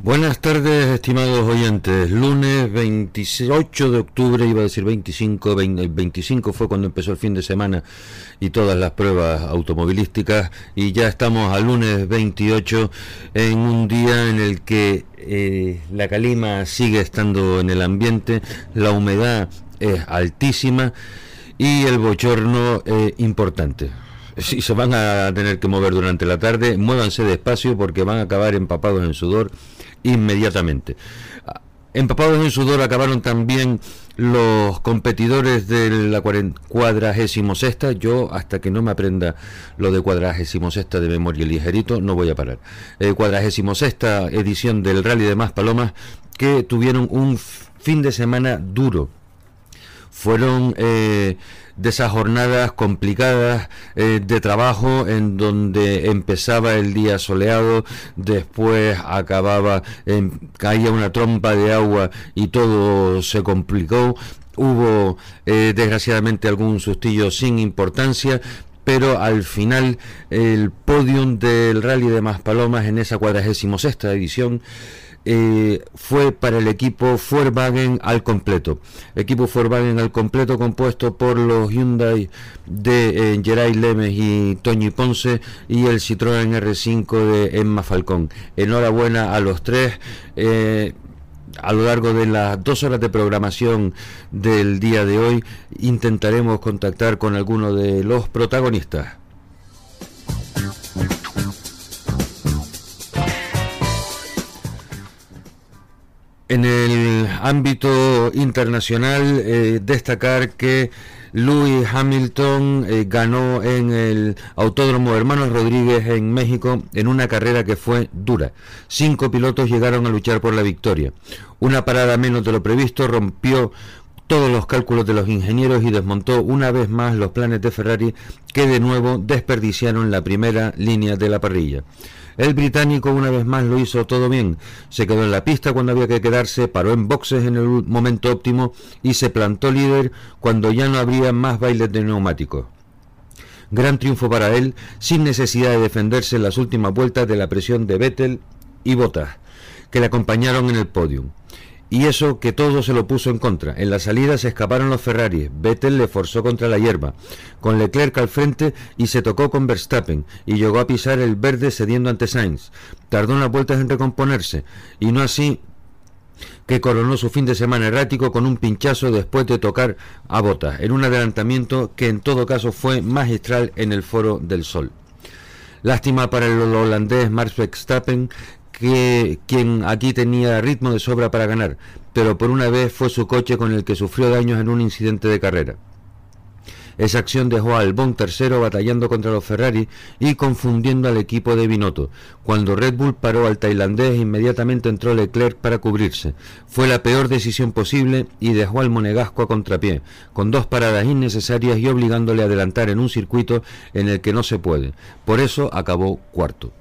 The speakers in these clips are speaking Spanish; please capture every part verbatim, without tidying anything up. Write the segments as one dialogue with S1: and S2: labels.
S1: Buenas tardes, estimados oyentes. Lunes veintiocho de octubre, iba a decir veinticinco, veinte, el veinticinco fue cuando empezó el fin de semana y todas las pruebas automovilísticas, y ya estamos al lunes veintiocho, en un día en el que eh, la calima sigue estando en el ambiente, la humedad es altísima y el bochorno es importante. Si se van a tener que mover durante la tarde, muévanse despacio porque van a acabar empapados en sudor inmediatamente. Empapados en sudor acabaron también los competidores de la cuadragésimo sexta. Yo, hasta que no me aprenda lo de cuadragésimo sexta de memoria ligerito, no voy a parar. Eh, cuadragésimo sexta edición del Rally de Maspalomas, que tuvieron un fin de semana duro. Fueron eh, de esas jornadas complicadas eh, de trabajo, en donde empezaba el día soleado, después acababa, eh, caía una trompa de agua y todo se complicó. Hubo eh, desgraciadamente algún sustillo sin importancia, pero al final el podium del Rally de Maspalomas en esa cuadragésimo sexta edición Eh, fue para el equipo Volkswagen al completo. Equipo Volkswagen al completo compuesto por los Hyundai de eh, Geray Lemes y Toñi Ponce y el Citroën R cinco de Emma Falcón. Enhorabuena a los tres. Eh, a lo largo de las dos horas de programación del día de hoy intentaremos contactar con alguno de los protagonistas. En el ámbito internacional, eh, destacar que Lewis Hamilton eh, ganó en el Autódromo Hermanos Rodríguez en México en una carrera que fue dura. Cinco pilotos llegaron a luchar por la victoria. Una parada menos de lo previsto rompió todos los cálculos de los ingenieros y desmontó una vez más los planes de Ferrari, que de nuevo desperdiciaron la primera línea de la parrilla. El británico una vez más lo hizo todo bien. Se quedó en la pista cuando había que quedarse, paró en boxes en el momento óptimo y se plantó líder cuando ya no habría más bailes de neumáticos. Gran triunfo para él, sin necesidad de defenderse en las últimas vueltas de la presión de Vettel y Bottas, que le acompañaron en el podio. Y eso que todo se lo puso en contra. En la salida se escaparon los Ferrari. Vettel le forzó contra la hierba, con Leclerc al frente, y se tocó con Verstappen, y llegó a pisar el verde cediendo ante Sainz. Tardó unas vueltas en recomponerse, y no así que coronó su fin de semana errático con un pinchazo después de tocar a Bottas, en un adelantamiento que en todo caso fue magistral en el Foro del Sol. Lástima para el holandés Max Verstappen, que quien aquí tenía ritmo de sobra para ganar, pero por una vez fue su coche con el que sufrió daños en un incidente de carrera. Esa acción dejó a Albon tercero batallando contra los Ferrari y confundiendo al equipo de Binotto. Cuando Red Bull paró al tailandés, inmediatamente entró Leclerc para cubrirse. Fue la peor decisión posible y dejó al monegasco a contrapié, con dos paradas innecesarias y obligándole a adelantar en un circuito en el que no se puede. Por eso acabó cuarto.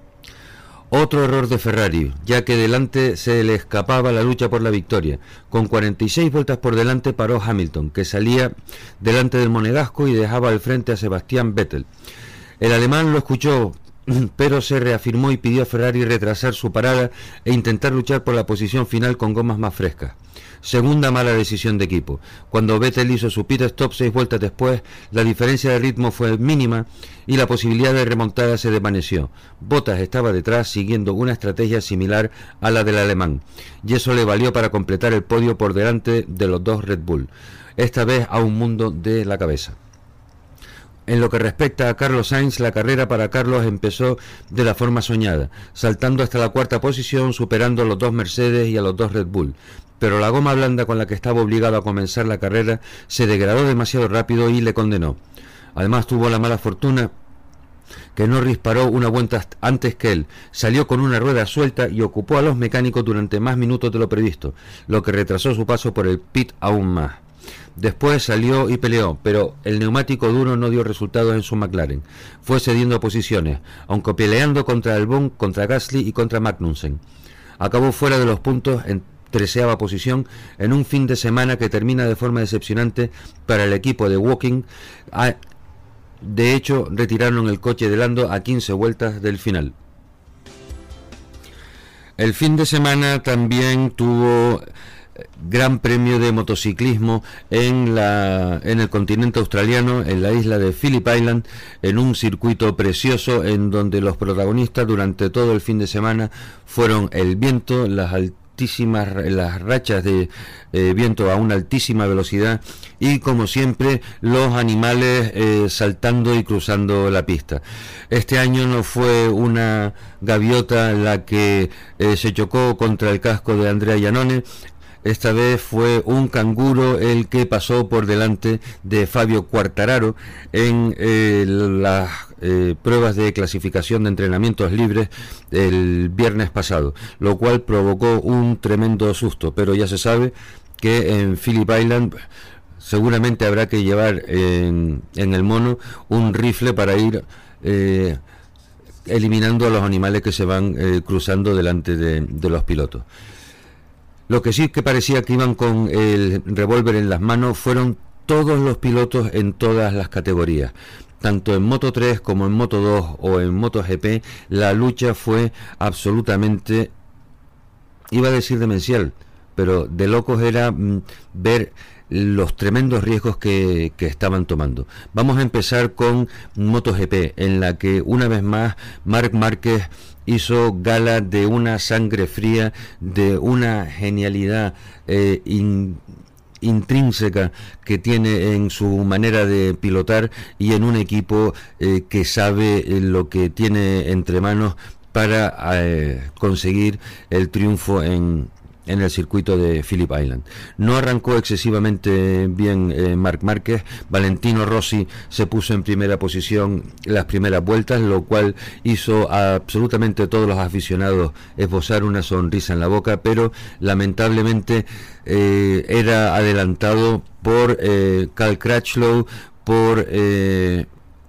S1: Otro error de Ferrari, ya que delante se le escapaba la lucha por la victoria. Con cuarenta y seis vueltas por delante paró Hamilton, que salía delante del monegasco y dejaba al frente a Sebastián Vettel. El alemán lo escuchó, pero se reafirmó y pidió a Ferrari retrasar su parada e intentar luchar por la posición final con gomas más frescas. Segunda mala decisión de equipo. Cuando Vettel hizo su pit stop seis vueltas después, la diferencia de ritmo fue mínima y la posibilidad de remontada se desvaneció. Bottas estaba detrás siguiendo una estrategia similar a la del alemán, y eso le valió para completar el podio por delante de los dos Red Bull, esta vez a un mundo de la cabeza. En lo que respecta a Carlos Sainz, la carrera para Carlos empezó de la forma soñada, saltando hasta la cuarta posición, superando a los dos Mercedes y a los dos Red Bull. Pero la goma blanda con la que estaba obligado a comenzar la carrera se degradó demasiado rápido y le condenó. Además tuvo la mala fortuna que Norris paró una vuelta antes que él, salió con una rueda suelta y ocupó a los mecánicos durante más minutos de lo previsto, lo que retrasó su paso por el pit aún más. Después salió y peleó, pero el neumático duro no dio resultados en su McLaren. Fue cediendo posiciones, aunque peleando contra Albon, contra Gasly y contra Magnussen. Acabó fuera de los puntos en treceava posición en un fin de semana que termina de forma decepcionante para el equipo de Woking. De hecho, retiraron el coche de Lando a quince vueltas del final. El fin de semana también tuvo Gran Premio de motociclismo en la en el continente australiano, en la isla de Phillip Island, en un circuito precioso en donde los protagonistas durante todo el fin de semana fueron el viento, las altísimas las rachas de eh, viento a una altísima velocidad y, como siempre, los animales eh, saltando y cruzando la pista. Este año no fue una gaviota la que eh, se chocó contra el casco de Andrea Iannone. Esta vez fue un canguro el que pasó por delante de Fabio Quartararo en eh, las eh, pruebas de clasificación de entrenamientos libres el viernes pasado, lo cual provocó un tremendo susto, pero ya se sabe que en Phillip Island seguramente habrá que llevar en, en el mono un rifle para ir eh, eliminando a los animales que se van eh, cruzando delante de, de los pilotos. Lo que sí que parecía que iban con el revólver en las manos fueron todos los pilotos en todas las categorías. Tanto en Moto tres como en Moto dos o en MotoGP, la lucha fue absolutamente, iba a decir demencial, pero de locos era mm, ver los tremendos riesgos que, que estaban tomando. Vamos a empezar con MotoGP, en la que una vez más Marc Márquez hizo gala de una sangre fría, de una genialidad eh, in, intrínseca que tiene en su manera de pilotar y en un equipo eh, que sabe eh, lo que tiene entre manos para eh, conseguir el triunfo en en el circuito de Phillip Island. No arrancó excesivamente bien eh, Marc Márquez. Valentino Rossi se puso en primera posición las primeras vueltas, lo cual hizo a absolutamente todos los aficionados esbozar una sonrisa en la boca, pero lamentablemente eh, era adelantado por eh, Cal Crutchlow, por eh,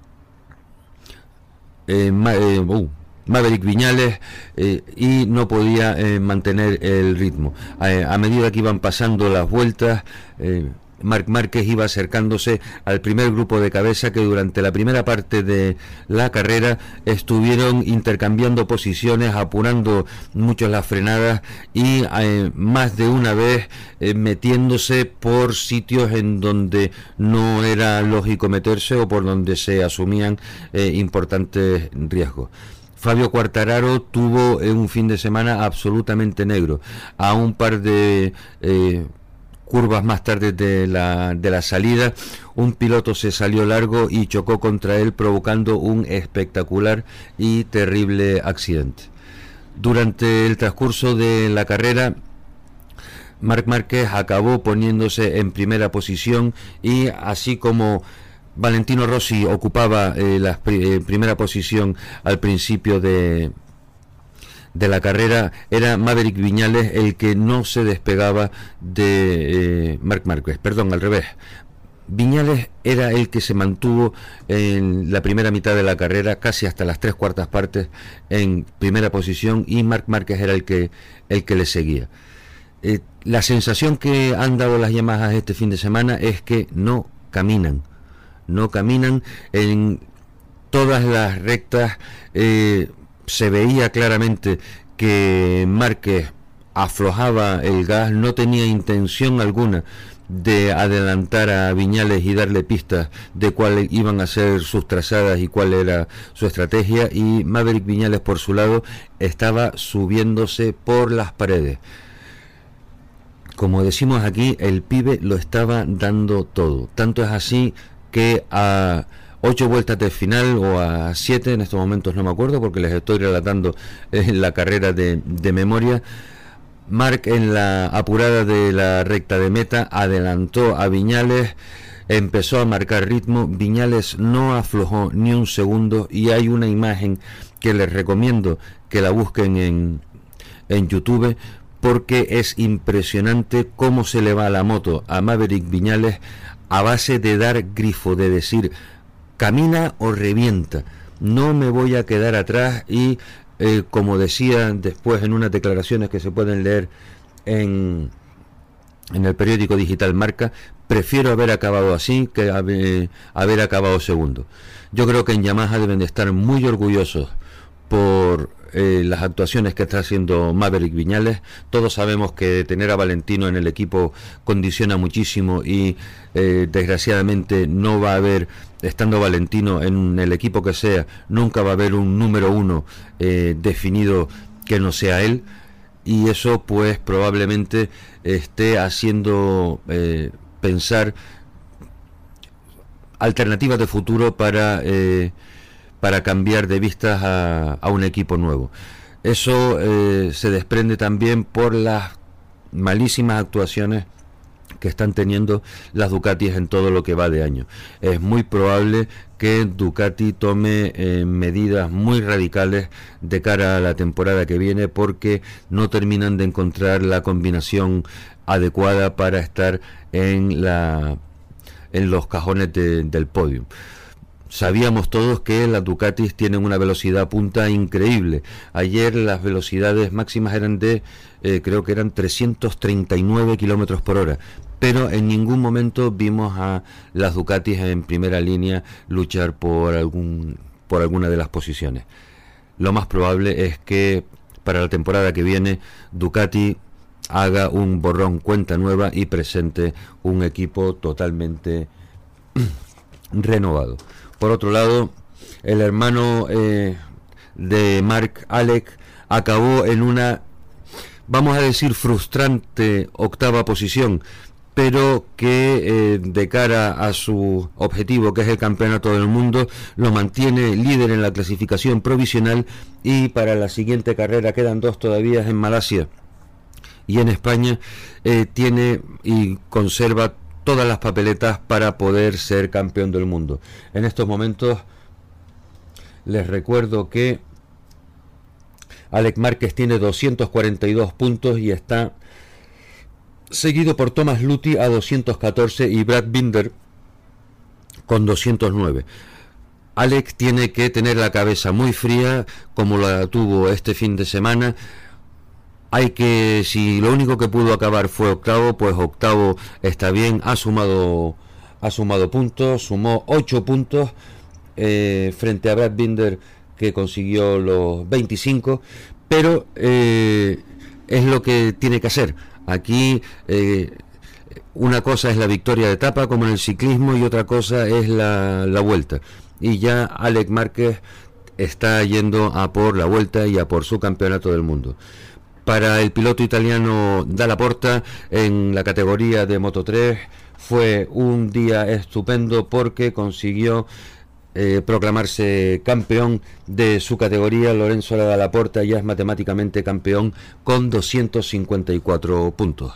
S1: eh, ma, eh, uh, Maverick Viñales eh, y no podía eh, mantener el ritmo. Eh, a medida que iban pasando las vueltas, eh, Marc Márquez iba acercándose al primer grupo de cabeza, que durante la primera parte de la carrera estuvieron intercambiando posiciones, apurando mucho las frenadas y eh, más de una vez eh, metiéndose por sitios en donde no era lógico meterse o por donde se asumían eh, importantes riesgos. Fabio Quartararo tuvo eh, un fin de semana absolutamente negro. A un par de eh, curvas más tarde de la, de la salida, un piloto se salió largo y chocó contra él, provocando un espectacular y terrible accidente. Durante el transcurso de la carrera, Marc Márquez acabó poniéndose en primera posición y, así como Valentino Rossi ocupaba eh, la eh, primera posición al principio de, de la carrera, era Maverick Viñales el que no se despegaba de eh, Marc Márquez, perdón, al revés. Viñales era el que se mantuvo en la primera mitad de la carrera, casi hasta las tres cuartas partes en primera posición, y Marc Márquez era el que, el que le seguía. Eh, la sensación que han dado las Yamahas este fin de semana es que no caminan. No caminan en todas las rectas. Eh, se veía claramente que Márquez aflojaba el gas, no tenía intención alguna de adelantar a Viñales y darle pistas de cuáles iban a ser sus trazadas y cuál era su estrategia, y Maverick Viñales por su lado estaba subiéndose por las paredes. Como decimos aquí, el pibe lo estaba dando todo. Tanto es así que a ocho vueltas del final, o a siete, en estos momentos no me acuerdo porque les estoy relatando en la carrera de, de memoria, Marc, en la apurada de la recta de meta, adelantó a Viñales, empezó a marcar ritmo. Viñales no aflojó ni un segundo, y hay una imagen que les recomiendo que la busquen en, en YouTube, porque es impresionante cómo se le va la moto a Maverick Viñales a base de dar grifo, de decir: camina o revienta, no me voy a quedar atrás. Y eh, como decía después en unas declaraciones que se pueden leer en, en el periódico digital Marca, prefiero haber acabado así que haber, haber acabado segundo. Yo creo que en Yamaha deben de estar muy orgullosos por eh, las actuaciones que está haciendo Maverick Viñales. Todos sabemos que tener a Valentino en el equipo condiciona muchísimo y eh, desgraciadamente no va a haber, estando Valentino en el equipo que sea, nunca va a haber un número uno eh, definido que no sea él, y eso pues probablemente esté haciendo eh, pensar alternativas de futuro para eh, para cambiar de vistas a, a un equipo nuevo. Eso eh, se desprende también por las malísimas actuaciones que están teniendo las Ducatis en todo lo que va de año. Es muy probable que Ducati tome eh, medidas muy radicales de cara a la temporada que viene, porque no terminan de encontrar la combinación adecuada para estar en la en los cajones de, del podio. Sabíamos todos que las Ducatis tienen una velocidad punta increíble. Ayer las velocidades máximas eran de, eh, creo que eran trescientos treinta y nueve kilómetros por hora, pero en ningún momento vimos a las Ducatis en primera línea luchar por algún por alguna de las posiciones. Lo más probable es que para la temporada que viene Ducati haga un borrón cuenta nueva y presente un equipo totalmente renovado. Por otro lado, el hermano eh, de Marc Alec acabó en una, vamos a decir, frustrante octava posición, pero que eh, de cara a su objetivo, que es el campeonato del mundo, lo mantiene líder en la clasificación provisional, y para la siguiente carrera quedan dos todavía en Malasia y en España, eh, tiene y conserva todas las papeletas para poder ser campeón del mundo. En estos momentos les recuerdo que Alex Márquez tiene doscientos cuarenta y dos puntos y está seguido por Thomas Luthi a doscientos catorce y Brad Binder con doscientos nueve. Alex tiene que tener la cabeza muy fría, como la tuvo este fin de semana. Hay que, si lo único que pudo acabar fue octavo, pues octavo está bien. Ha sumado, ha sumado puntos, sumó ocho puntos eh, frente a Brad Binder, que consiguió los veinticinco, pero eh, es lo que tiene que hacer. Aquí eh, una cosa es la victoria de etapa, como en el ciclismo, y otra cosa es la, la vuelta. Y ya Alex Márquez está yendo a por la vuelta y a por su campeonato del mundo. Para el piloto italiano Dalla Porta, en la categoría de Moto tres, fue un día estupendo porque consiguió eh, proclamarse campeón de su categoría. Lorenzo Dalla Porta ya es matemáticamente campeón con doscientos cincuenta y cuatro puntos.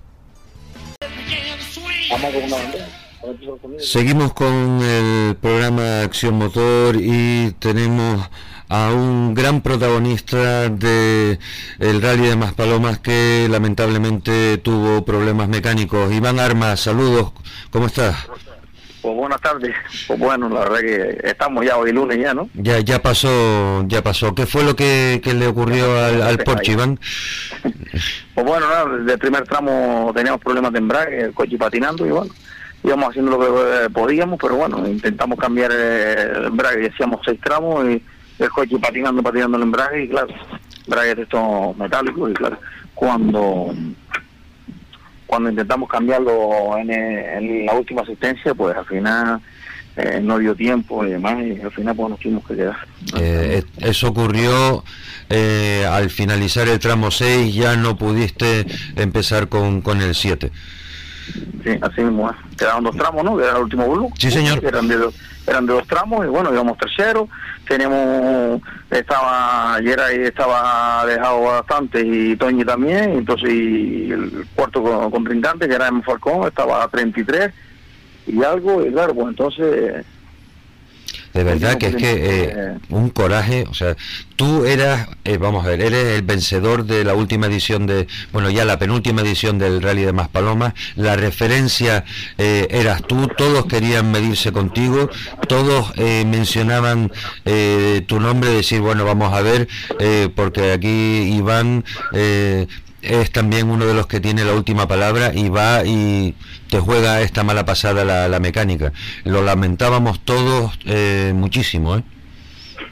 S1: Seguimos con el programa Acción Motor y tenemos a un gran protagonista de el Rally de Maspalomas, que lamentablemente tuvo problemas mecánicos. Iván Armas, saludos, ¿cómo estás?
S2: Pues buenas tardes. Pues bueno, la verdad que estamos ya hoy lunes ya, ¿no?
S1: Ya ya pasó, ya pasó. ¿Qué fue lo que, que le ocurrió al, al Porsche, Iván?
S2: Pues bueno, nada, desde el primer tramo teníamos problemas de embrague, el coche patinando, y bueno, íbamos haciendo lo que podíamos, pero bueno, intentamos cambiar el embrague y hacíamos seis tramos y el coche patinando, patinando el embrague, y claro, embrague de estos metálicos, y claro, cuando cuando intentamos cambiarlo en, en la última asistencia, pues al final eh, no dio tiempo y demás, y al final pues nos tuvimos que quedar.
S1: Eh, eso ocurrió eh, al finalizar el tramo seis, ya no pudiste empezar con, con el siete.
S2: Sí, así mismo es. Quedaban dos tramos, ¿no? Que era el último bloque.
S1: Sí, señor.
S2: Eran de dos, eran de dos tramos, y bueno, íbamos terceros. Teníamos, estaba, ayer ahí estaba dejado bastante, y Toñi también, entonces, y el cuarto contrincante, que era M. Falcón, estaba a treinta y tres y algo, y claro, pues entonces...
S1: De verdad que es que eh, un coraje, o sea, tú eras, eh, vamos a ver, eres el vencedor de la última edición de, bueno, ya la penúltima edición del Rally de Maspalomas, la referencia eh, eras tú, todos querían medirse contigo, todos eh, mencionaban eh, tu nombre, decir, bueno, vamos a ver, eh, porque aquí Iván... Eh, es también uno de los que tiene la última palabra y va y te juega esta mala pasada la, la mecánica. Lo lamentábamos todos eh, muchísimo, ¿eh?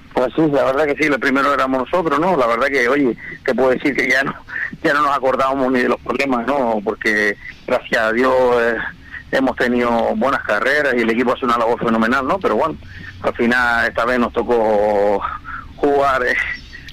S2: Pues sí, la verdad que sí, lo primero éramos nosotros, ¿no? La verdad que, oye, te puedo decir que ya no ya no nos acordábamos ni de los problemas, ¿no? Porque gracias a Dios eh, hemos tenido buenas carreras y el equipo hace una labor fenomenal, ¿no? Pero bueno, al final esta vez nos tocó jugar... Eh,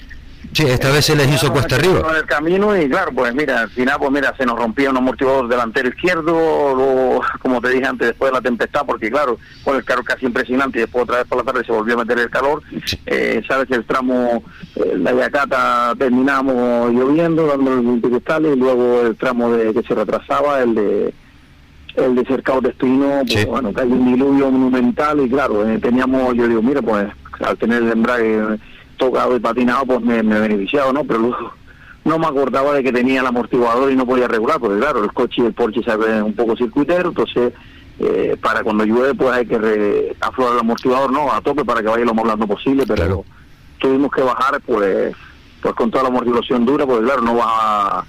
S1: Sí, esta vez se les hizo cuesta arriba.
S2: En el camino y claro, pues mira, al final pues mira, se nos rompía un amortiguador delantero izquierdo, luego, como te dije antes, después de la tempestad, porque claro, con el calor casi impresionante y después otra vez por la tarde se volvió a meter el calor. Sí. Eh, sabes que el tramo, eh, la Yacata terminamos lloviendo, dando los cristales y luego el tramo de que se retrasaba, el de el de Cercado de Espino, pues sí. Bueno, cayó un diluvio monumental y claro, eh, teníamos, yo digo, mira, pues al tener el embrague tocado y patinado, pues me, me beneficiado, ¿no? Pero luego no me acordaba de que tenía el amortiguador y no podía regular, porque claro, el coche y el Porsche se ven un poco circuitero, entonces eh, para cuando llueve pues hay que re, aflojar el amortiguador, ¿no? A tope para que vaya lo más blando posible, pero claro. Tuvimos que bajar pues pues con toda la amortiguación dura, porque claro, no va a,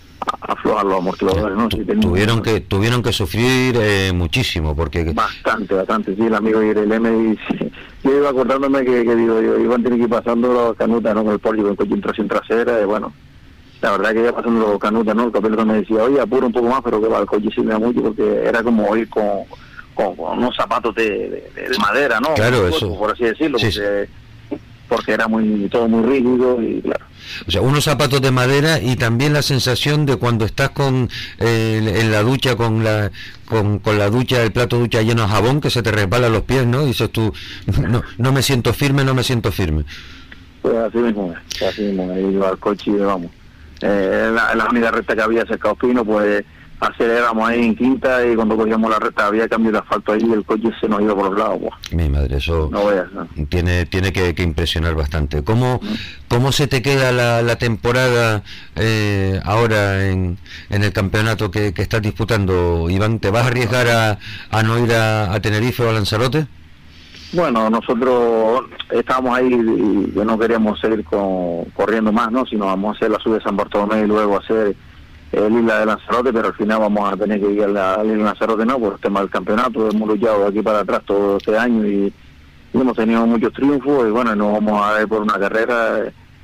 S2: a aflojar los amortiguadores, ¿no? Si
S1: tuvieron que tuvieron que sufrir eh, muchísimo, porque...
S2: Bastante, bastante, sí, el amigo Irene me dice... Yo iba acordándome que, que digo, yo iban a tener que ir pasando los canutas, ¿no? Con el Porsche, con el coche en tracción trasera, y bueno, la verdad que iba pasando los canutas, ¿no? El copiloto me decía, oye, apura un poco más, pero que va, el coche sí me da mucho, porque era como ir con, con, con unos zapatos de, de, de madera, ¿no?
S1: Claro,
S2: por,
S1: eso.
S2: Por así decirlo, sí, porque, sí. porque era muy todo muy rígido y claro.
S1: O sea, unos zapatos de madera y también la sensación de cuando estás con eh, en la ducha con la con, con la ducha, el plato de ducha lleno de jabón, que se te resbala los pies, ¿no? Y dices tú, no, no me siento firme, no me siento firme.
S2: Pues así mismo es, así mismo es, iba al coche y vamos. Eh, la, la única recta que había cerca Espino, pues aceleramos ahí en quinta y cuando cogíamos la recta había cambio de asfalto ahí y el coche se nos iba por los lados. Pues.
S1: Mi madre, eso
S2: no veas, ¿no?
S1: tiene tiene que, que impresionar bastante. ¿Cómo, ¿Mm? ¿Cómo se te queda la, la temporada eh, ahora en, en el campeonato que, que estás disputando, Iván? ¿Te vas a arriesgar a, a no ir a, a Tenerife o a Lanzarote?
S2: Bueno, nosotros estábamos ahí y no queríamos seguir con, corriendo más, ¿no? Sino vamos a hacer la subida de San Bartolomé y luego hacer el Isla de Lanzarote, pero al final vamos a tener que ir a la, a la Isla de Lanzarote, ¿no? Por el tema del campeonato, hemos luchado de aquí para atrás todo este año y, y hemos tenido muchos triunfos y bueno, nos vamos a ver por una carrera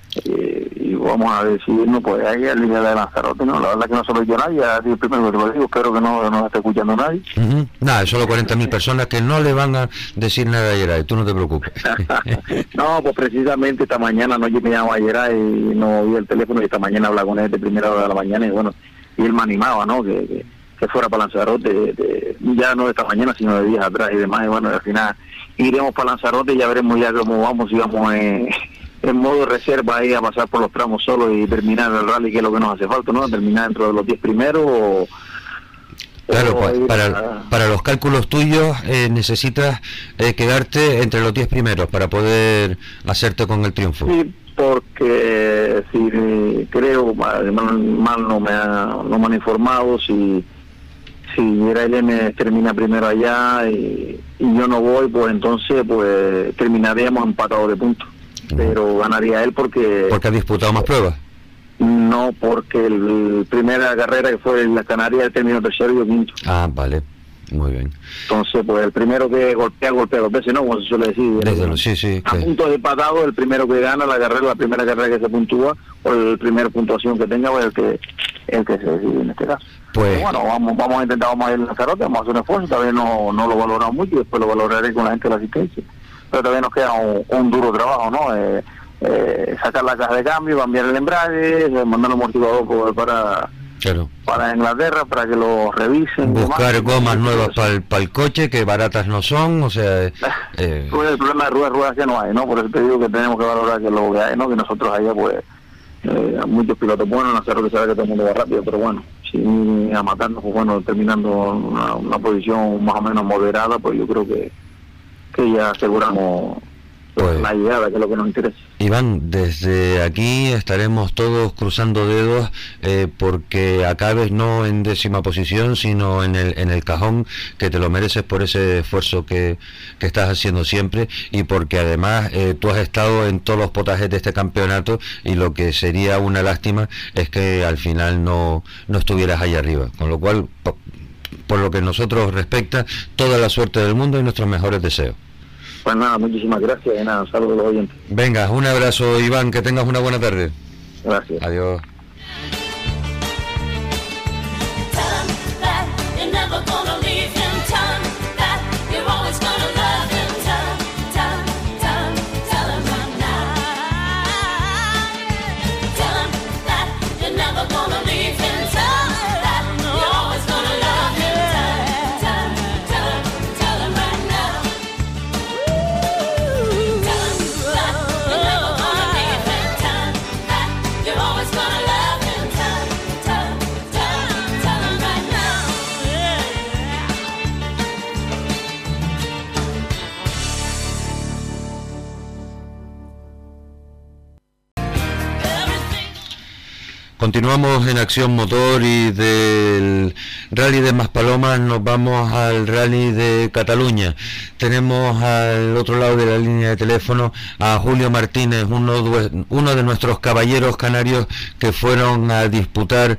S2: eh, y vamos a decidirnos pues ahí a la Isla de Lanzarote, ¿no? La verdad que no se lo dicho nadie, ya el primero que te lo digo, espero que no nos esté escuchando nadie.
S1: Uh-huh. Nada, solo cuarenta mil personas que no le van a decir nada a Geray, tú no te preocupes.
S2: No, pues precisamente esta mañana no me llamó a Geray y no vi el teléfono y esta mañana hablaba con él de primera hora de la mañana y bueno, y él me animaba, ¿no? Que, que, que fuera para Lanzarote, de, de, ya no de esta mañana, sino de días atrás y demás, y bueno, al final iremos para Lanzarote y ya veremos ya cómo vamos, si vamos en, en modo reserva ahí a pasar por los tramos solos y terminar el rally, que es lo que nos hace falta, ¿no? Terminar dentro de los diez primeros o...
S1: Claro, o para, a... para los cálculos tuyos eh, necesitas eh, quedarte entre los diez primeros para poder hacerte con el triunfo.
S2: Sí, porque si creo, mal, mal no me ha, no me han informado, si si Geray termina primero allá y, y yo no voy, pues entonces pues terminaríamos empatados de puntos. No. Pero ganaría él porque...
S1: ¿Porque ha disputado más pruebas?
S2: No, porque el primera carrera que fue en la Canaria, él terminó tercero y yo quinto.
S1: Ah, vale. Muy bien.
S2: Entonces, pues el primero que golpea, golpea dos veces, ¿no? Como se suele decir.
S1: Desde lo, sí, sí.
S2: A
S1: que...
S2: puntos empatados, el primero que gana la carrera, la primera carrera que se puntúa, o el primer puntuación que tenga, pues el que el que se decide en este caso.
S1: Pues...
S2: Pero bueno, vamos vamos a intentar, vamos a ir en Lanzarote, vamos a hacer un esfuerzo, todavía no, no lo valoramos mucho y después lo valoraré con la gente de la asistencia. Pero todavía nos queda un, un duro trabajo, ¿no? Eh, eh, sacar la caja de cambio, cambiar el embrague, mandar el amortiguador para...
S1: Claro.
S2: Para Inglaterra, para que lo revisen.
S1: Buscar demás, gomas nuevas para el, para el coche, que baratas no son, o sea...
S2: Eh, pues el problema de ruedas, ruedas que no hay, ¿no? Por eso te digo que tenemos que valorar que lo que hay, ¿no? Que nosotros allá, pues, eh, muchos pilotos buenos, no sé lo que sabe que todo el mundo va rápido, pero bueno, si a matarnos, pues bueno, terminando una, una posición más o menos moderada, pues yo creo que, que ya aseguramos... Pues, la llegada, que es lo que nos interesa.
S1: Iván, desde aquí estaremos todos cruzando dedos eh, porque acabes no en décima posición, sino en el en el cajón, que te lo mereces por ese esfuerzo que, que estás haciendo siempre y porque además eh, tú has estado en todos los potajes de este campeonato y lo que sería una lástima es que al final no, no estuvieras ahí arriba, con lo cual, por, por lo que nosotros respecta, toda la suerte del mundo y nuestros mejores deseos.
S2: Pues nada, muchísimas gracias y nada, saludos a los oyentes.
S1: Venga, un abrazo, Iván, que tengas una buena tarde.
S2: Gracias.
S1: Adiós. Continuamos en Acción Motor y del Rally de Maspalomas nos vamos al Rally de Cataluña. Tenemos al otro lado de la línea de teléfono a Julio Martínez, uno de, uno de nuestros caballeros canarios que fueron a disputar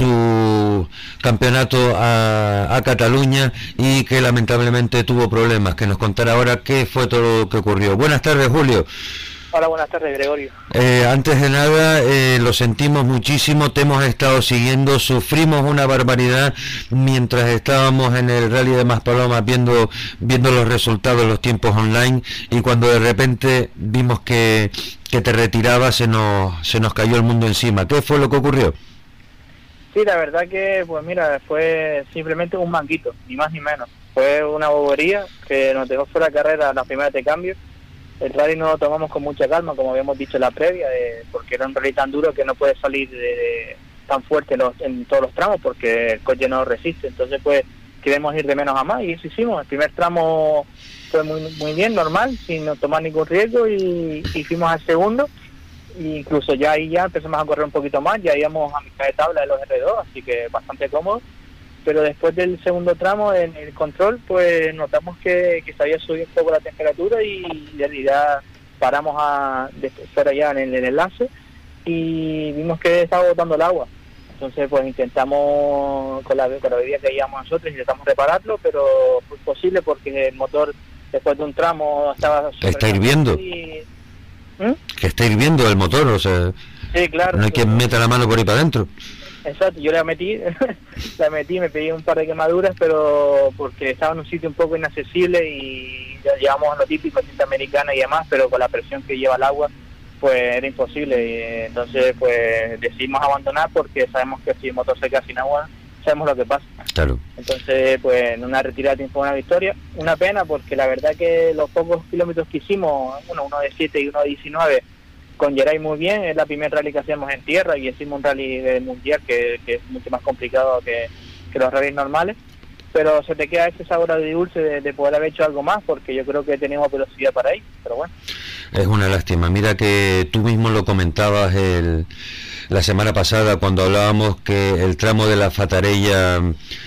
S1: su campeonato a, a Cataluña y que lamentablemente tuvo problemas. Que nos contará ahora qué fue todo lo que ocurrió. Buenas tardes, Julio.
S3: Hola, buenas tardes, Gregorio.
S1: Eh, antes de nada, eh, lo sentimos muchísimo, te hemos estado siguiendo, sufrimos una barbaridad mientras estábamos en el Rally de Maspalomas viendo, viendo los resultados, los tiempos online, y cuando de repente vimos que, que te retirabas, se nos, se nos cayó el mundo encima. ¿Qué fue lo que ocurrió?
S3: Sí, la verdad que, pues mira, fue simplemente un manguito, ni más ni menos. Fue una bobería que nos dejó fuera de carrera la primera de cambio. El rally no lo tomamos con mucha calma, como habíamos dicho en la previa, de, porque era un rally tan duro que no puede salir de, de, tan fuerte en, los, en todos los tramos porque el coche no resiste. Entonces, pues, queremos ir de menos a más y eso hicimos. El primer tramo fue muy muy bien, normal, sin no tomar ningún riesgo, y, y fuimos al segundo. E incluso ya ahí ya empezamos a correr un poquito más, ya íbamos a mitad de tabla de los R dos, así que bastante cómodo. Pero después del segundo tramo, en el control, pues notamos que, que se había subido un poco la temperatura y en realidad paramos a estar allá en el, en el enlace y vimos que estaba botando el agua. Entonces, pues intentamos, con la, con la bebida que llevamos nosotros, intentamos repararlo, pero fue imposible porque el motor, después de un tramo, estaba...
S1: ¿Está hirviendo?
S3: Y... ¿Mm?
S1: Que está hirviendo el motor, o sea...
S3: Sí, claro.
S1: No hay quien meta la mano por ahí para adentro.
S3: Exacto, yo la metí, la metí, me pedí un par de quemaduras, pero porque estaba en un sitio un poco inaccesible y ya llevamos a lo típico, cinta americana y demás, pero con la presión que lleva el agua, pues era imposible. Y entonces, pues decidimos abandonar porque sabemos que si el motor se queda sin agua, sabemos lo que pasa.
S1: Claro.
S3: Entonces, pues en una retirada tiempo una victoria. Una pena porque la verdad que los pocos kilómetros que hicimos, uno, uno de siete y uno de diecinueve, con Geray muy bien, es la primera rally que hacemos en tierra y hicimos un rally de mundial que, que es mucho más complicado que, que los rallies normales, pero se te queda ese sabor de dulce de, de poder haber hecho algo más, porque yo creo que tenemos velocidad para ir, pero bueno.
S1: Es una lástima, mira que tú mismo lo comentabas el, la semana pasada cuando hablábamos que el tramo de la Fatarella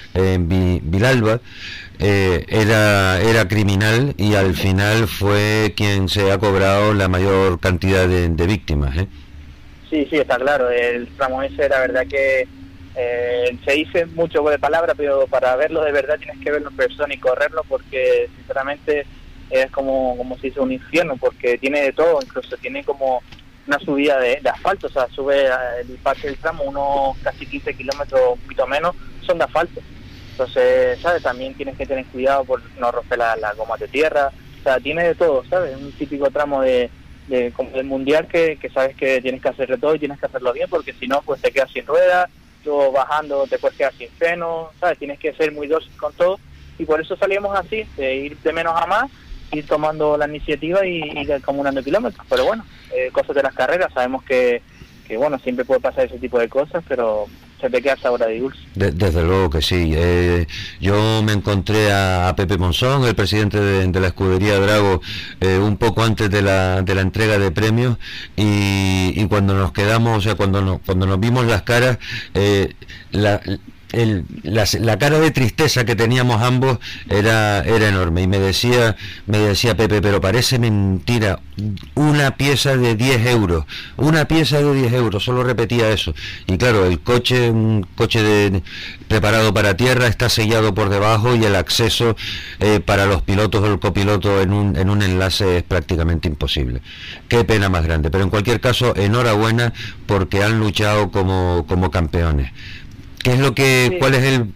S1: en Vilalba Eh, era era criminal y al final fue quien se ha cobrado la mayor cantidad de, de víctimas, ¿eh?
S3: Sí, sí, está claro. El tramo ese, la verdad que eh, se dice mucho de palabra, pero para verlo de verdad tienes que verlo en persona y correrlo, porque sinceramente es como, como si dice un infierno, porque tiene de todo, incluso tiene como una subida de, de asfalto, o sea, sube el parte del tramo unos casi quince kilómetros, un poquito menos, son de asfalto. Entonces, ¿sabes? También tienes que tener cuidado por no romper la, la goma de tierra. O sea, tiene de todo, ¿sabes? Un típico tramo de, de como del mundial que, que sabes que tienes que hacerlo todo y tienes que hacerlo bien, porque si no, pues te quedas sin ruedas, luego bajando te puedes quedar sin freno, ¿sabes? Tienes que ser muy dócil con todo. Y por eso salimos así, de ir de menos a más, ir tomando la iniciativa y ir acumulando kilómetros. Pero bueno, eh, cosas de las carreras, sabemos que, que, bueno, siempre puede pasar ese tipo de cosas, pero... se te queda sabor de dulce.
S1: De, desde luego que sí. Eh, yo me encontré a, a Pepe Monzón, el presidente de, de la escudería Drago, eh, un poco antes de la, de la entrega de premios y, y cuando nos quedamos, o sea, cuando nos, cuando nos vimos las caras, eh, la, el, la, la cara de tristeza que teníamos ambos era era enorme, y me decía me decía Pepe, pero parece mentira, una pieza de diez euros, una pieza de diez euros, solo repetía eso. Y claro, el coche, un coche de, preparado para tierra, está sellado por debajo, y el acceso eh, para los pilotos o el copiloto en un, en un enlace es prácticamente imposible. Qué pena más grande, pero en cualquier caso, enhorabuena, porque han luchado como, como campeones. ¿Qué es lo que, sí. cuál es el,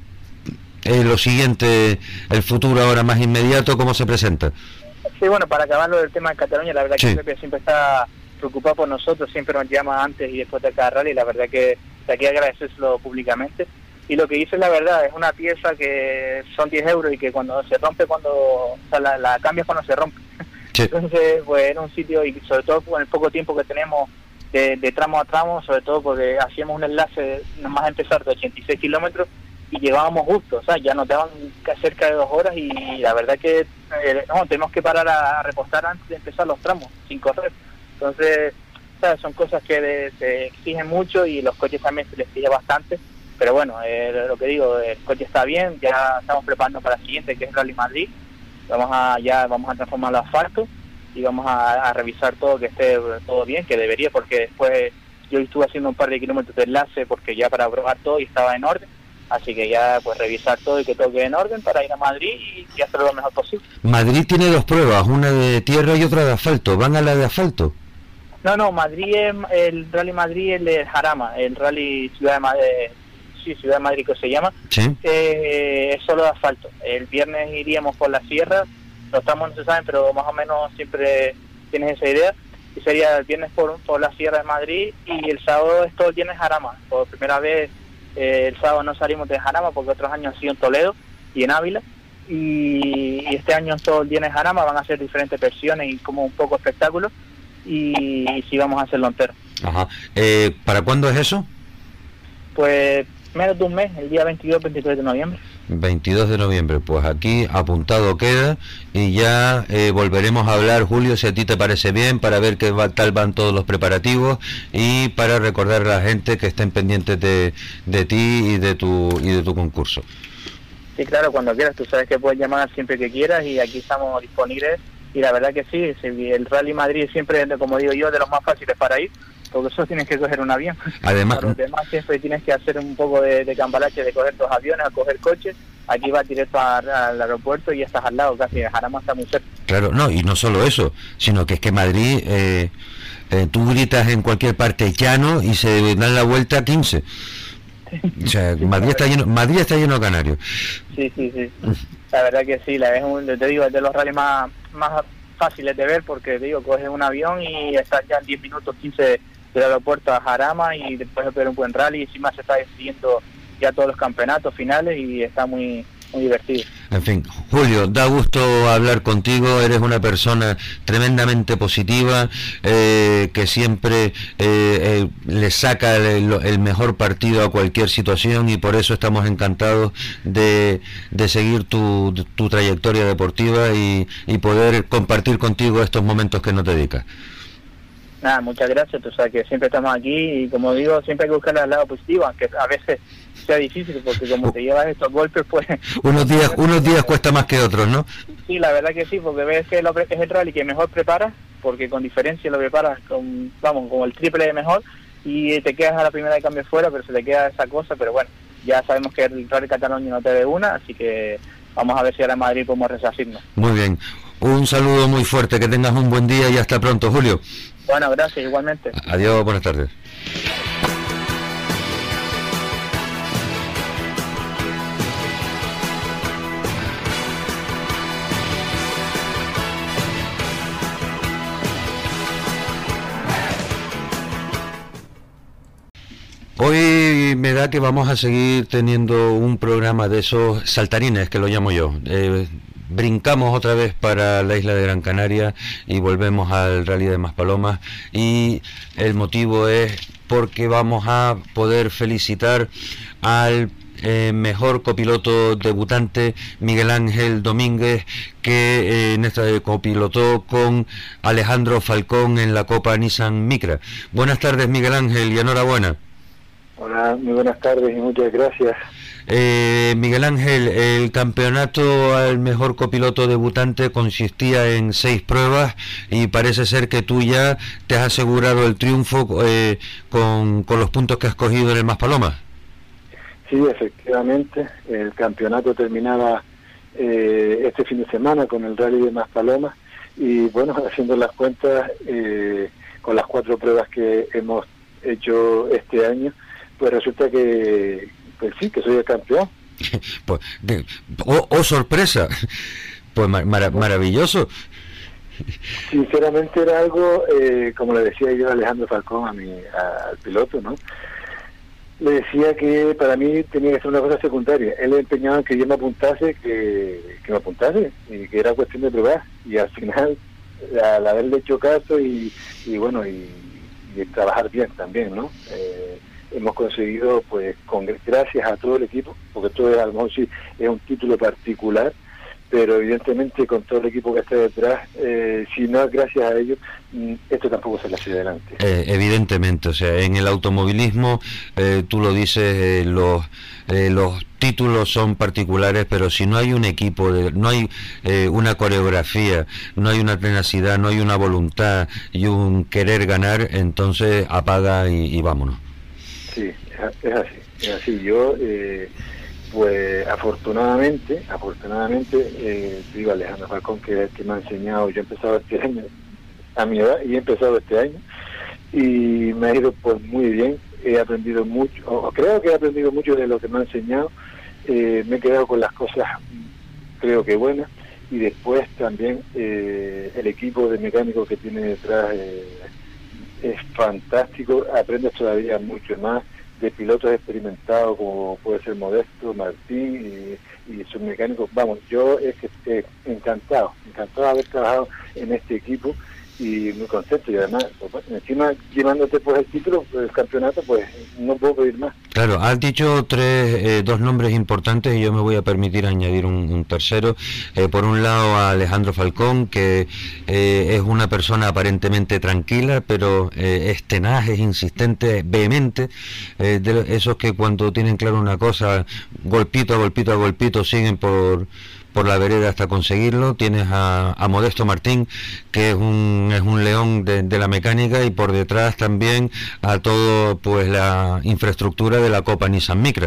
S1: eh, lo siguiente, el futuro ahora más inmediato, cómo se presenta?
S3: Sí, bueno, para acabar lo del tema de Cataluña, la verdad
S1: sí.
S3: que Pepe siempre está preocupado por nosotros, siempre nos llama antes y después de cada rally, y la verdad que hay que agradecérselo públicamente. Y lo que dice es la verdad, es una pieza que son diez euros y que cuando se rompe, cuando o sea, la, la cambias cuando se rompe. Sí. Entonces, pues en un sitio, y sobre todo con el poco tiempo que tenemos de, de tramo a tramo, sobre todo porque hacíamos un enlace nomás a empezar de ochenta y seis kilómetros y llegábamos justo, o sea, ya nos daban cerca de dos horas, y la verdad que eh, no, tenemos que parar a, a repostar antes de empezar los tramos, sin correr. Entonces, o sea, son cosas que de, se exigen mucho, y los coches también se les exige bastante, pero bueno, eh, lo que digo, el coche está bien, ya estamos preparando para el siguiente, que es Rally Madrid. Vamos a ya vamos a transformar el asfalto y vamos a, a revisar todo, que esté todo bien, que debería, porque después yo estuve haciendo un par de kilómetros de enlace porque ya para probar todo y estaba en orden, así que ya pues revisar todo y que todo quede en orden para ir a Madrid y, y hacerlo lo mejor posible.
S1: Madrid tiene dos pruebas, una de tierra y otra de asfalto. ¿Van a la de asfalto?
S3: No, no, Madrid es el Rally Madrid, el de Jarama, el Rally Ciudad de Madrid, sí, Ciudad de Madrid que se llama,
S1: ¿sí?
S3: eh, es solo de asfalto. El viernes iríamos por la sierra, los tramos no se saben, pero más o menos siempre tienes esa idea, y sería el viernes por, por la sierra de Madrid, y el sábado es todo el viernes Jarama. Por primera vez eh, el sábado no salimos de Jarama, porque otros años han sido en Toledo y en Ávila, y, y este año todo el viernes Jarama, van a ser diferentes versiones y como un poco espectáculo, y, y sí vamos a hacerlo entero.
S1: Ajá. Eh, ¿Para cuándo es eso?
S3: Pues menos de un mes, el día veintidós veintitrés de noviembre.
S1: veintidós de noviembre, pues aquí apuntado queda, y ya eh, volveremos a hablar, Julio, si a ti te parece bien, para ver qué va, tal van todos los preparativos, y para recordar a la gente que estén pendientes de, de ti y de tu y de tu concurso.
S3: Sí, claro, cuando quieras, tú sabes que puedes llamar siempre que quieras, y aquí estamos disponibles, y la verdad que sí, el Rally Madrid siempre, como digo yo, de los más fáciles para ir, porque eso tienes que coger un avión.
S1: Además,
S3: para los demás siempre tienes que hacer un poco de, de cambalache, de coger dos aviones, a coger coches. Aquí vas directo a, a, al aeropuerto y ya estás al lado, casi Jarama está muy cerca.
S1: Claro, no, y no solo eso, sino que es que Madrid, eh, eh, tú gritas en cualquier parte llano y se dan la vuelta a quince. O sea, sí, Madrid está lleno, Madrid está lleno de canarios.
S3: Sí, sí, sí. La verdad que sí, la es un, te digo, es de los rallies más, más fáciles de ver, porque te digo, coges un avión y estás ya en diez minutos, quince del aeropuerto a Jarama, y después de ver un buen rally, y encima se está decidiendo ya todos los campeonatos finales, y está muy muy divertido.
S1: En fin, Julio, da gusto hablar contigo, eres una persona tremendamente positiva, eh, que siempre eh, eh, le saca el, el mejor partido a cualquier situación, y por eso estamos encantados de, de seguir tu, tu trayectoria deportiva y, y poder compartir contigo estos momentos que nos dedicas.
S3: Nada, muchas gracias, tú sabes que siempre estamos aquí, y como digo, siempre hay que buscar el lado positivo, aunque a veces sea difícil, porque como te llevas estos golpes, pues...
S1: Unos días unos días cuesta más que otros, ¿no?
S3: Sí, la verdad que sí, porque ves que lo, es el rally que mejor preparas, porque con diferencia lo preparas con, vamos, como el triple de mejor, y te quedas a la primera de cambio fuera, pero se te queda esa cosa, pero bueno, ya sabemos que el Rally Cataluña no te dé una, así que vamos a ver si ahora en Madrid podemos resarcirnos.
S1: Muy bien, un saludo muy fuerte, que tengas un buen día y hasta pronto, Julio.
S3: Bueno, gracias, igualmente.
S1: Adiós, buenas tardes. Hoy me da que vamos a seguir teniendo un programa de esos saltarines, que lo llamo yo. Eh, brincamos otra vez para la isla de Gran Canaria y volvemos al Rally de Maspalomas, y el motivo es porque vamos a poder felicitar al eh, mejor copiloto debutante, Miguel Ángel Domínguez, que eh, en esta copilotó con Alejandro Falcón en la Copa Nissan Micra. Buenas tardes, Miguel Ángel, y enhorabuena.
S4: Hola, muy buenas tardes y muchas gracias.
S1: Eh, Miguel Ángel, el campeonato al mejor copiloto debutante consistía en seis pruebas y parece ser que tú ya te has asegurado el triunfo eh, con, con los puntos que has cogido en el Maspalomas.
S4: Sí, efectivamente, el campeonato terminaba eh, este fin de semana con el Rally de Maspalomas y bueno, haciendo las cuentas eh, con las cuatro pruebas que hemos hecho este año, pues resulta que pues sí, que soy el campeón.
S1: Pues, de, oh, oh, sorpresa, pues mar, mar, maravilloso.
S4: Sinceramente era algo, eh, como le decía yo a Alejandro Falcón, a mi, a, al piloto, ¿no? Le decía que para mí tenía que ser una cosa secundaria. Él empeñaba en que yo me apuntase, que, que me apuntase, y que era cuestión de probar. Y al final, al haberle hecho caso y, y bueno, y, y trabajar bien también, ¿no? Eh, hemos conseguido, pues, con gracias a todo el equipo, porque esto es, a lo mejor sí es un título particular, pero evidentemente con todo el equipo que está detrás, eh, si no es gracias a ellos, esto tampoco sale hacia adelante.
S1: Eh, evidentemente, o sea, en el automovilismo, eh, tú lo dices, eh, los eh, los títulos son particulares, pero si no hay un equipo, de, no hay eh, una coreografía, no hay una tenacidad, no hay una voluntad y un querer ganar, entonces apaga y, y vámonos.
S4: Sí, es así, es así. Yo, eh, pues afortunadamente, afortunadamente, eh, digo Alejandro Falcón, que es el que me ha enseñado, yo he empezado este año, a mi edad, y he empezado este año, y me ha ido pues muy bien, he aprendido mucho, o creo que he aprendido mucho de lo que me ha enseñado, eh, me he quedado con las cosas, creo que buenas, y después también eh, el equipo de mecánicos que tiene detrás eh, es fantástico, aprendes todavía mucho más de pilotos experimentados como puede ser Modesto, Martín y, y sus mecánicos. Vamos, yo es que eh, encantado, encantado de haber trabajado en este equipo y muy contento, y además, pues, encima llevándote pues el título, el campeonato, pues no puedo pedir más.
S1: Claro, has dicho tres, eh, dos nombres importantes y yo me voy a permitir añadir un, un tercero. Eh, por un lado a Alejandro Falcón, que eh, es una persona aparentemente tranquila, pero eh, es tenaz, es insistente, es vehemente, eh, de esos que cuando tienen claro una cosa, golpito a golpito a golpito siguen por por la vereda hasta conseguirlo. Tienes a, a Modesto Martín, que es un es un león de, de la mecánica, y por detrás también a todo pues la infraestructura de la Copa Nissan Micra.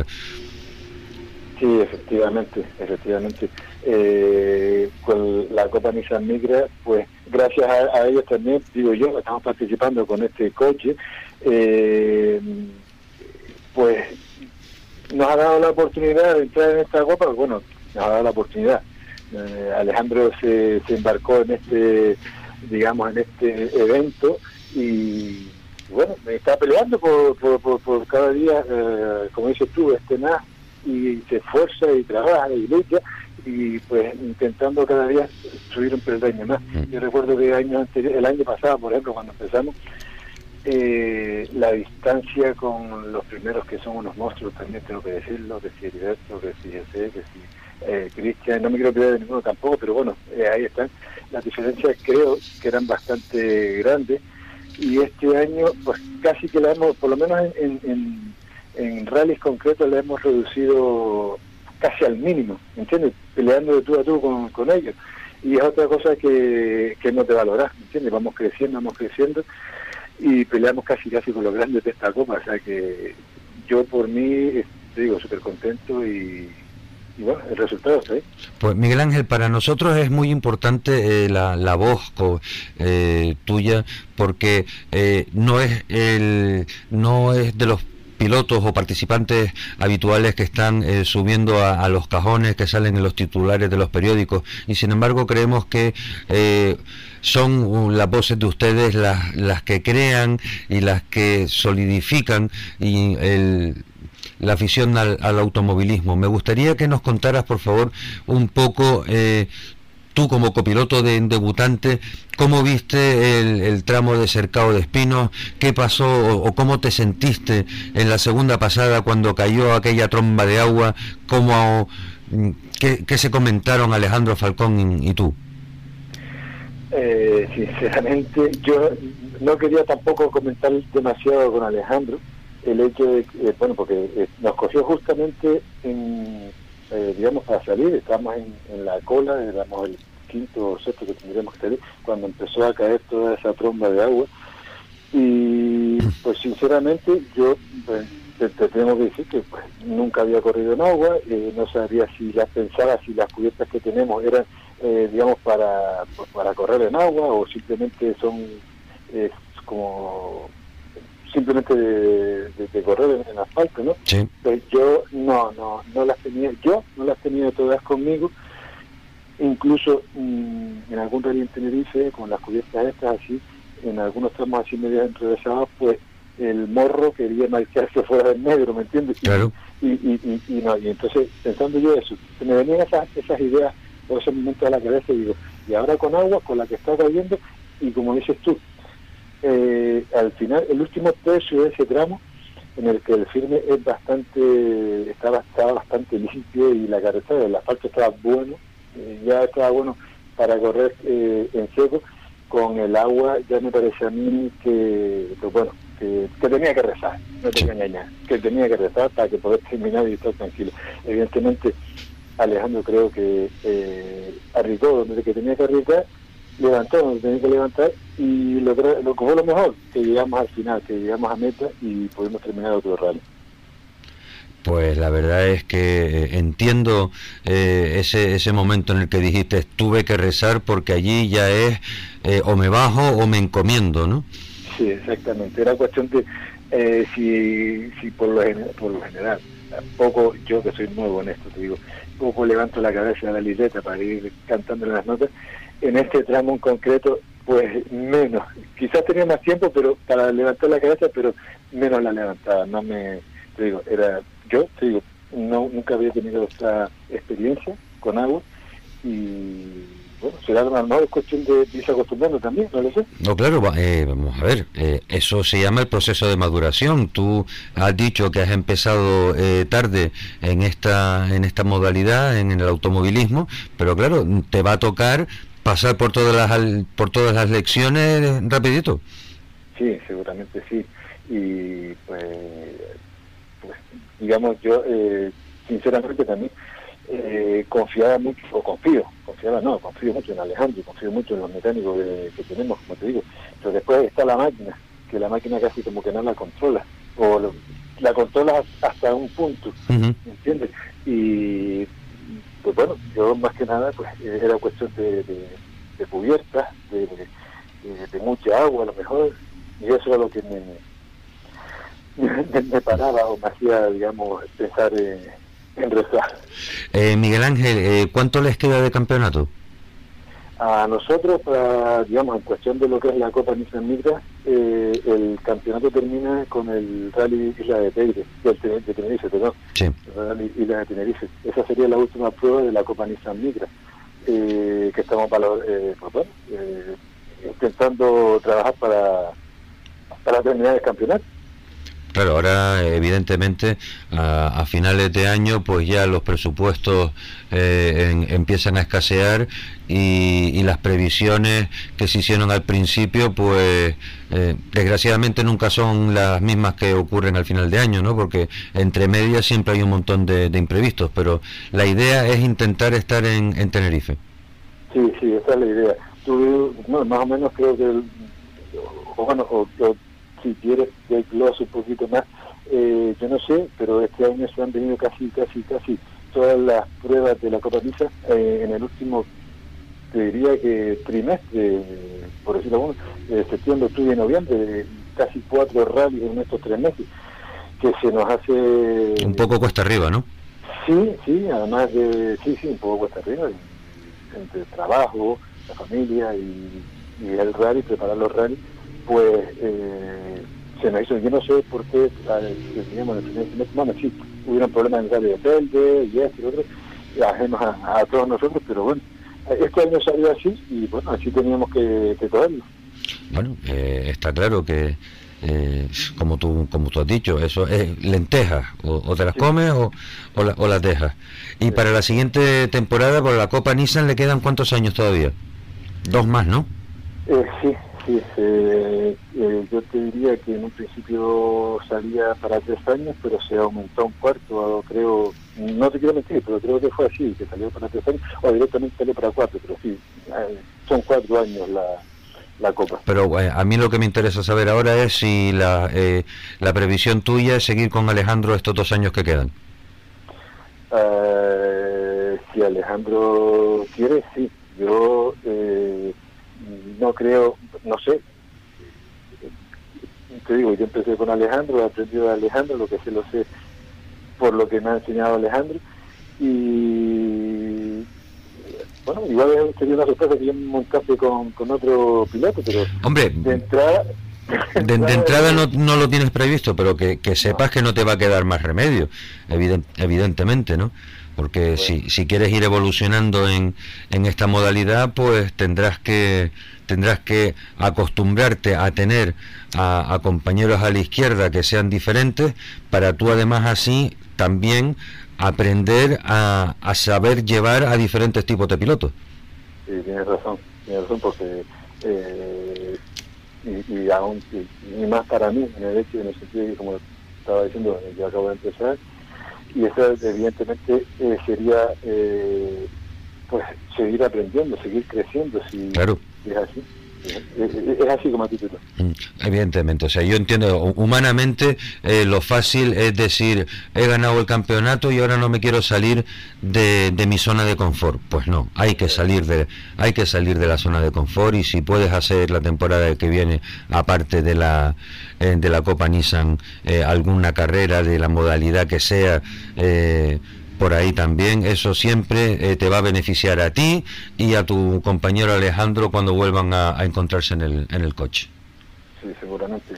S4: Sí, efectivamente, efectivamente. Eh, con la Copa Nissan Micra, pues gracias a, a ellos también, digo yo, estamos participando con este coche, eh, pues nos ha dado la oportunidad de entrar en esta Copa, bueno, nos ha dado la oportunidad. Eh, Alejandro se, se embarcó en este, digamos, en este evento y bueno, me está peleando por, por, por, por cada día, eh, como dices tú, este más, y se esfuerza y trabaja y lucha y pues intentando cada día subir un peldaño más. Yo recuerdo que el año anterior, el año pasado, por ejemplo, cuando empezamos, eh, la distancia con los primeros, que son unos monstruos, también tengo que decirlo, que si Heriberto, que si José, que si eh, Cristian, no me quiero olvidar de ninguno tampoco, pero bueno, eh, ahí están. Las diferencias creo que eran bastante grandes, y este año pues casi que la hemos, por lo menos en, en, en rallies concretos, la hemos reducido casi al mínimo, ¿entiendes? Peleando de tú a tú con, con ellos. Y es otra cosa que, que no te valoras, ¿entiendes? Vamos creciendo, vamos creciendo, y peleamos casi casi con los grandes de esta Copa. O sea que yo por mí, te digo, súper contento y... y bueno, el resultado, ¿sí?
S1: Pues Miguel Ángel, para nosotros es muy importante eh, la, la voz co, eh, tuya, porque eh, no es el no es de los pilotos o participantes habituales que están eh, subiendo a, a los cajones que salen en los titulares de los periódicos, y sin embargo creemos que eh, son uh, las voces de ustedes las, las que crean y las que solidifican y el la afición al, al automovilismo. Me gustaría que nos contaras, por favor, un poco, eh, tú como copiloto de debutante, cómo viste el, el tramo de Cercado de Espinos, qué pasó o, o cómo te sentiste en la segunda pasada cuando cayó aquella tromba de agua, cómo, qué, qué se comentaron Alejandro Falcón y, y tú.
S4: Eh, sinceramente, yo no quería tampoco comentar demasiado con Alejandro, el hecho de, eh, bueno, porque eh, nos cogió justamente en, eh, digamos, para salir, estábamos en, en la cola, éramos el quinto o sexto que tendríamos que salir, cuando empezó a caer toda esa tromba de agua, y pues sinceramente yo pues, te, te tengo que decir que pues, nunca había corrido en agua, eh, no sabía si las pensaba, si las cubiertas que tenemos eran, eh, digamos, para, pues, para correr en agua, o simplemente son eh, como simplemente de, de, de correr en, en asfalto, ¿no?
S1: Sí.
S4: Pues yo no, no, no las tenía, yo no las tenía todas conmigo, incluso mmm, en algún rally en Tenerife, con las cubiertas estas así, en algunos tramos así medio enrevesados, pues el morro quería marcarse fuera del negro, ¿me entiendes?
S1: Claro.
S4: Y, y, y, y, no, y entonces, pensando yo eso, se me venían esas, esas ideas o esos momentos a la cabeza y digo, y ahora con agua, con la que está cayendo, y como dices tú, eh, al final, el último tercio de ese tramo, en el que el firme es bastante, estaba, estaba bastante limpio y la carretera, el asfalto estaba bueno, eh, ya estaba bueno para correr eh, en seco. Con el agua ya me parece a mí que, pues bueno, que, que tenía que rezar, no te voy a engañar, que tenía que rezar para que poder terminar y estar tranquilo. Evidentemente, Alejandro creo que eh, arriesgó donde que tenía que arriesgar, levantó donde tenía que levantar y logró, lo que fue lo mejor, que llegamos al final, que llegamos a meta y pudimos terminar otro rally.
S1: Pues la verdad es que entiendo eh, ese ese momento en el que dijiste tuve que rezar, porque allí ya es eh, o me bajo o me encomiendo, ¿no?
S4: Sí, exactamente. Era cuestión de eh, si, si por lo general, por lo general, poco, yo que soy nuevo en esto, te digo, poco levanto la cabeza de la libreta para ir cantando las notas. En este tramo en concreto, pues menos. Quizás tenía más tiempo, pero para levantar la cabeza, pero menos la levantaba. No me, te digo, era yo, te digo, no, nunca había tenido esta experiencia con agua y bueno, será a lo mejor cuestión de irse acostumbrando también, no lo sé.
S1: No, claro, eh, vamos a ver, eh, eso se llama el proceso de maduración. Tú has dicho que has empezado eh, tarde en esta en esta modalidad, en el automovilismo, pero claro, te va a tocar pasar por todas las por todas las lecciones rapidito.
S4: Sí, seguramente sí. Y pues, pues digamos, yo eh, sinceramente también eh, confiaba mucho, o confío, confiaba no, confío mucho en Alejandro, confío mucho en los mecánicos que, que tenemos, como te digo. Pero después está la máquina, que la máquina casi como que no la controla, o lo, la controla hasta un punto,
S1: uh-huh.
S4: ¿entiendes? Y pues bueno, yo más que nada pues era cuestión de, de, de cubiertas, de, de, de mucha agua a lo mejor, y eso era lo que me, me, me paraba o me hacía, digamos, pensar en, en rezar.
S1: Eh, Miguel Ángel, eh, ¿cuánto les queda de campeonato?
S4: A nosotros, para, digamos, en cuestión de lo que es la Copa Nissan Micra, eh, el campeonato termina con el Rally Isla de Teide, de, de Tenerife, perdón.
S1: Sí.
S4: El Rally Isla de Tenerife. Esa sería la última prueba de la Copa Nissan Micra, eh, que estamos para, eh, pues bueno, eh, intentando trabajar para, para terminar el campeonato.
S1: Claro, ahora evidentemente a, a finales de año pues ya los presupuestos eh, en, empiezan a escasear y, y las previsiones que se hicieron al principio pues eh, desgraciadamente nunca son las mismas que ocurren al final de año, ¿no? Porque entre medias siempre hay un montón de, de imprevistos, pero la idea es intentar estar en, en Tenerife.
S4: Sí, sí, esa es la idea. Tú, no, más o menos creo que, el, o, bueno, o, o si quieres que glose un poquito más, eh, yo no sé, pero este año se han venido casi, casi, casi todas las pruebas de la Copa Nissan eh, en el último, te diría que trimestre, por decirlo bueno, eh, septiembre, octubre y noviembre, casi cuatro rallies en estos tres meses, que se nos hace...
S1: Un poco cuesta arriba, ¿no?
S4: Sí, sí, además de, sí, sí, un poco cuesta arriba, entre el trabajo, la familia y, y el rally, preparar los rallies, pues eh, se nos hizo, yo no sé por qué, digamos, en el primer semestre, bueno, sí, hubieron problemas en el rally de Telde y esto y otro, ajemos a, a todos nosotros, pero bueno, este año salió así y bueno, así teníamos que, que cogerlo.
S1: Bueno, eh, está claro que eh, como tú como tú has dicho, eso es lentejas, o, o te las sí. comes o, o, la, o las dejas. Y sí. Para la siguiente temporada, por la Copa Nissan, ¿le quedan cuántos años todavía? Dos más, ¿no?
S4: Eh, sí, sí, eh, eh, yo te diría que en un principio salía para tres años, pero se aumentó a un cuarto, creo, no te quiero mentir, pero creo que fue así, que salió para tres años, o directamente salió para cuatro, pero sí, eh, son cuatro años la, la Copa.
S1: Pero eh, a mí lo que me interesa saber ahora es si la, eh, la previsión tuya es seguir con Alejandro estos dos años que quedan.
S4: Uh, si Alejandro quiere, sí. Yo eh, no creo, no sé, te digo, yo empecé con Alejandro, he aprendido de Alejandro, lo que sé lo sé por lo que me ha enseñado Alejandro, y bueno, igual sería una sorpresa que yo me montase con, con otro piloto, pero
S1: hombre,
S4: de entrada...
S1: De, de entrada no, no lo tienes previsto, pero que, que sepas que no te va a quedar más remedio, evident, evidentemente, ¿no? Porque bueno, si, si quieres ir evolucionando en, en esta modalidad, pues tendrás que tendrás que acostumbrarte a tener a, a compañeros a la izquierda que sean diferentes, para tú además así también aprender a, a saber llevar a diferentes tipos de pilotos.
S4: Sí, tienes razón, tienes razón, porque eh, y, y aún y, y más para mí, en el hecho, en el sentido de que, como estaba diciendo, yo acabo de empezar, y eso evidentemente eh, sería eh, pues seguir aprendiendo, seguir creciendo, si,
S1: claro.
S4: si es así. Es, es, es así como a título.
S1: Evidentemente, o sea, yo entiendo, humanamente eh, lo fácil es decir, he ganado el campeonato y ahora no me quiero salir de, de mi zona de confort. Pues no, hay que salir de hay que salir de la zona de confort, y si puedes hacer la temporada que viene, aparte de la eh, de la Copa Nissan, eh, alguna carrera de la modalidad que sea, eh, por ahí también, eso siempre eh, te va a beneficiar a ti y a tu compañero Alejandro cuando vuelvan a, a encontrarse en el en el coche.
S4: Sí, seguramente.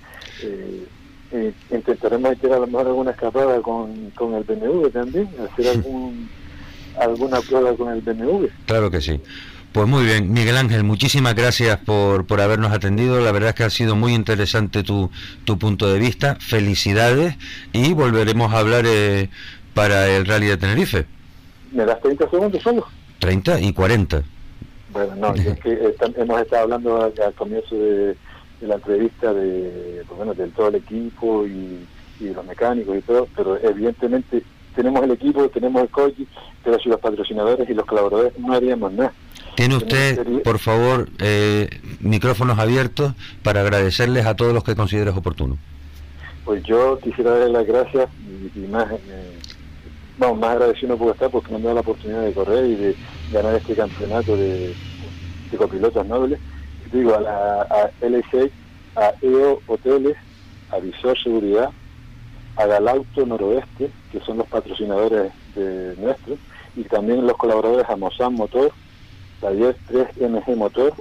S4: Eh, eh, intentaremos hacer a lo mejor alguna escapada con, con el B M W también, hacer algún alguna prueba con el B M W.
S1: Claro que sí. Pues muy bien, Miguel Ángel, muchísimas gracias por, por habernos atendido. La verdad es que ha sido muy interesante tu, tu punto de vista. Felicidades, y volveremos a hablar eh, para el Rally de Tenerife.
S4: ¿Me das treinta segundos solo?
S1: treinta y cuarenta.
S4: Bueno, no, es que están, hemos estado hablando al, al comienzo de, de la entrevista de, pues bueno, del todo el equipo y, y los mecánicos y todo, pero evidentemente tenemos el equipo, tenemos el coche, pero si los patrocinadores y los colaboradores no haríamos nada.
S1: Tiene usted, por favor, eh, micrófonos abiertos para agradecerles a todos los que consideres oportuno.
S4: Pues yo quisiera darle las gracias y, y más, eh, vamos, más agradecido no puedo estar porque me han dado la oportunidad de correr y de ganar este campeonato de, de copilotos nobles. Y digo, a, la, a L seis, a E O Hoteles, a Visor Seguridad, a Galauto Noroeste, que son los patrocinadores de nuestros, y también los colaboradores a Mozán Motor, Taller tres M G Motor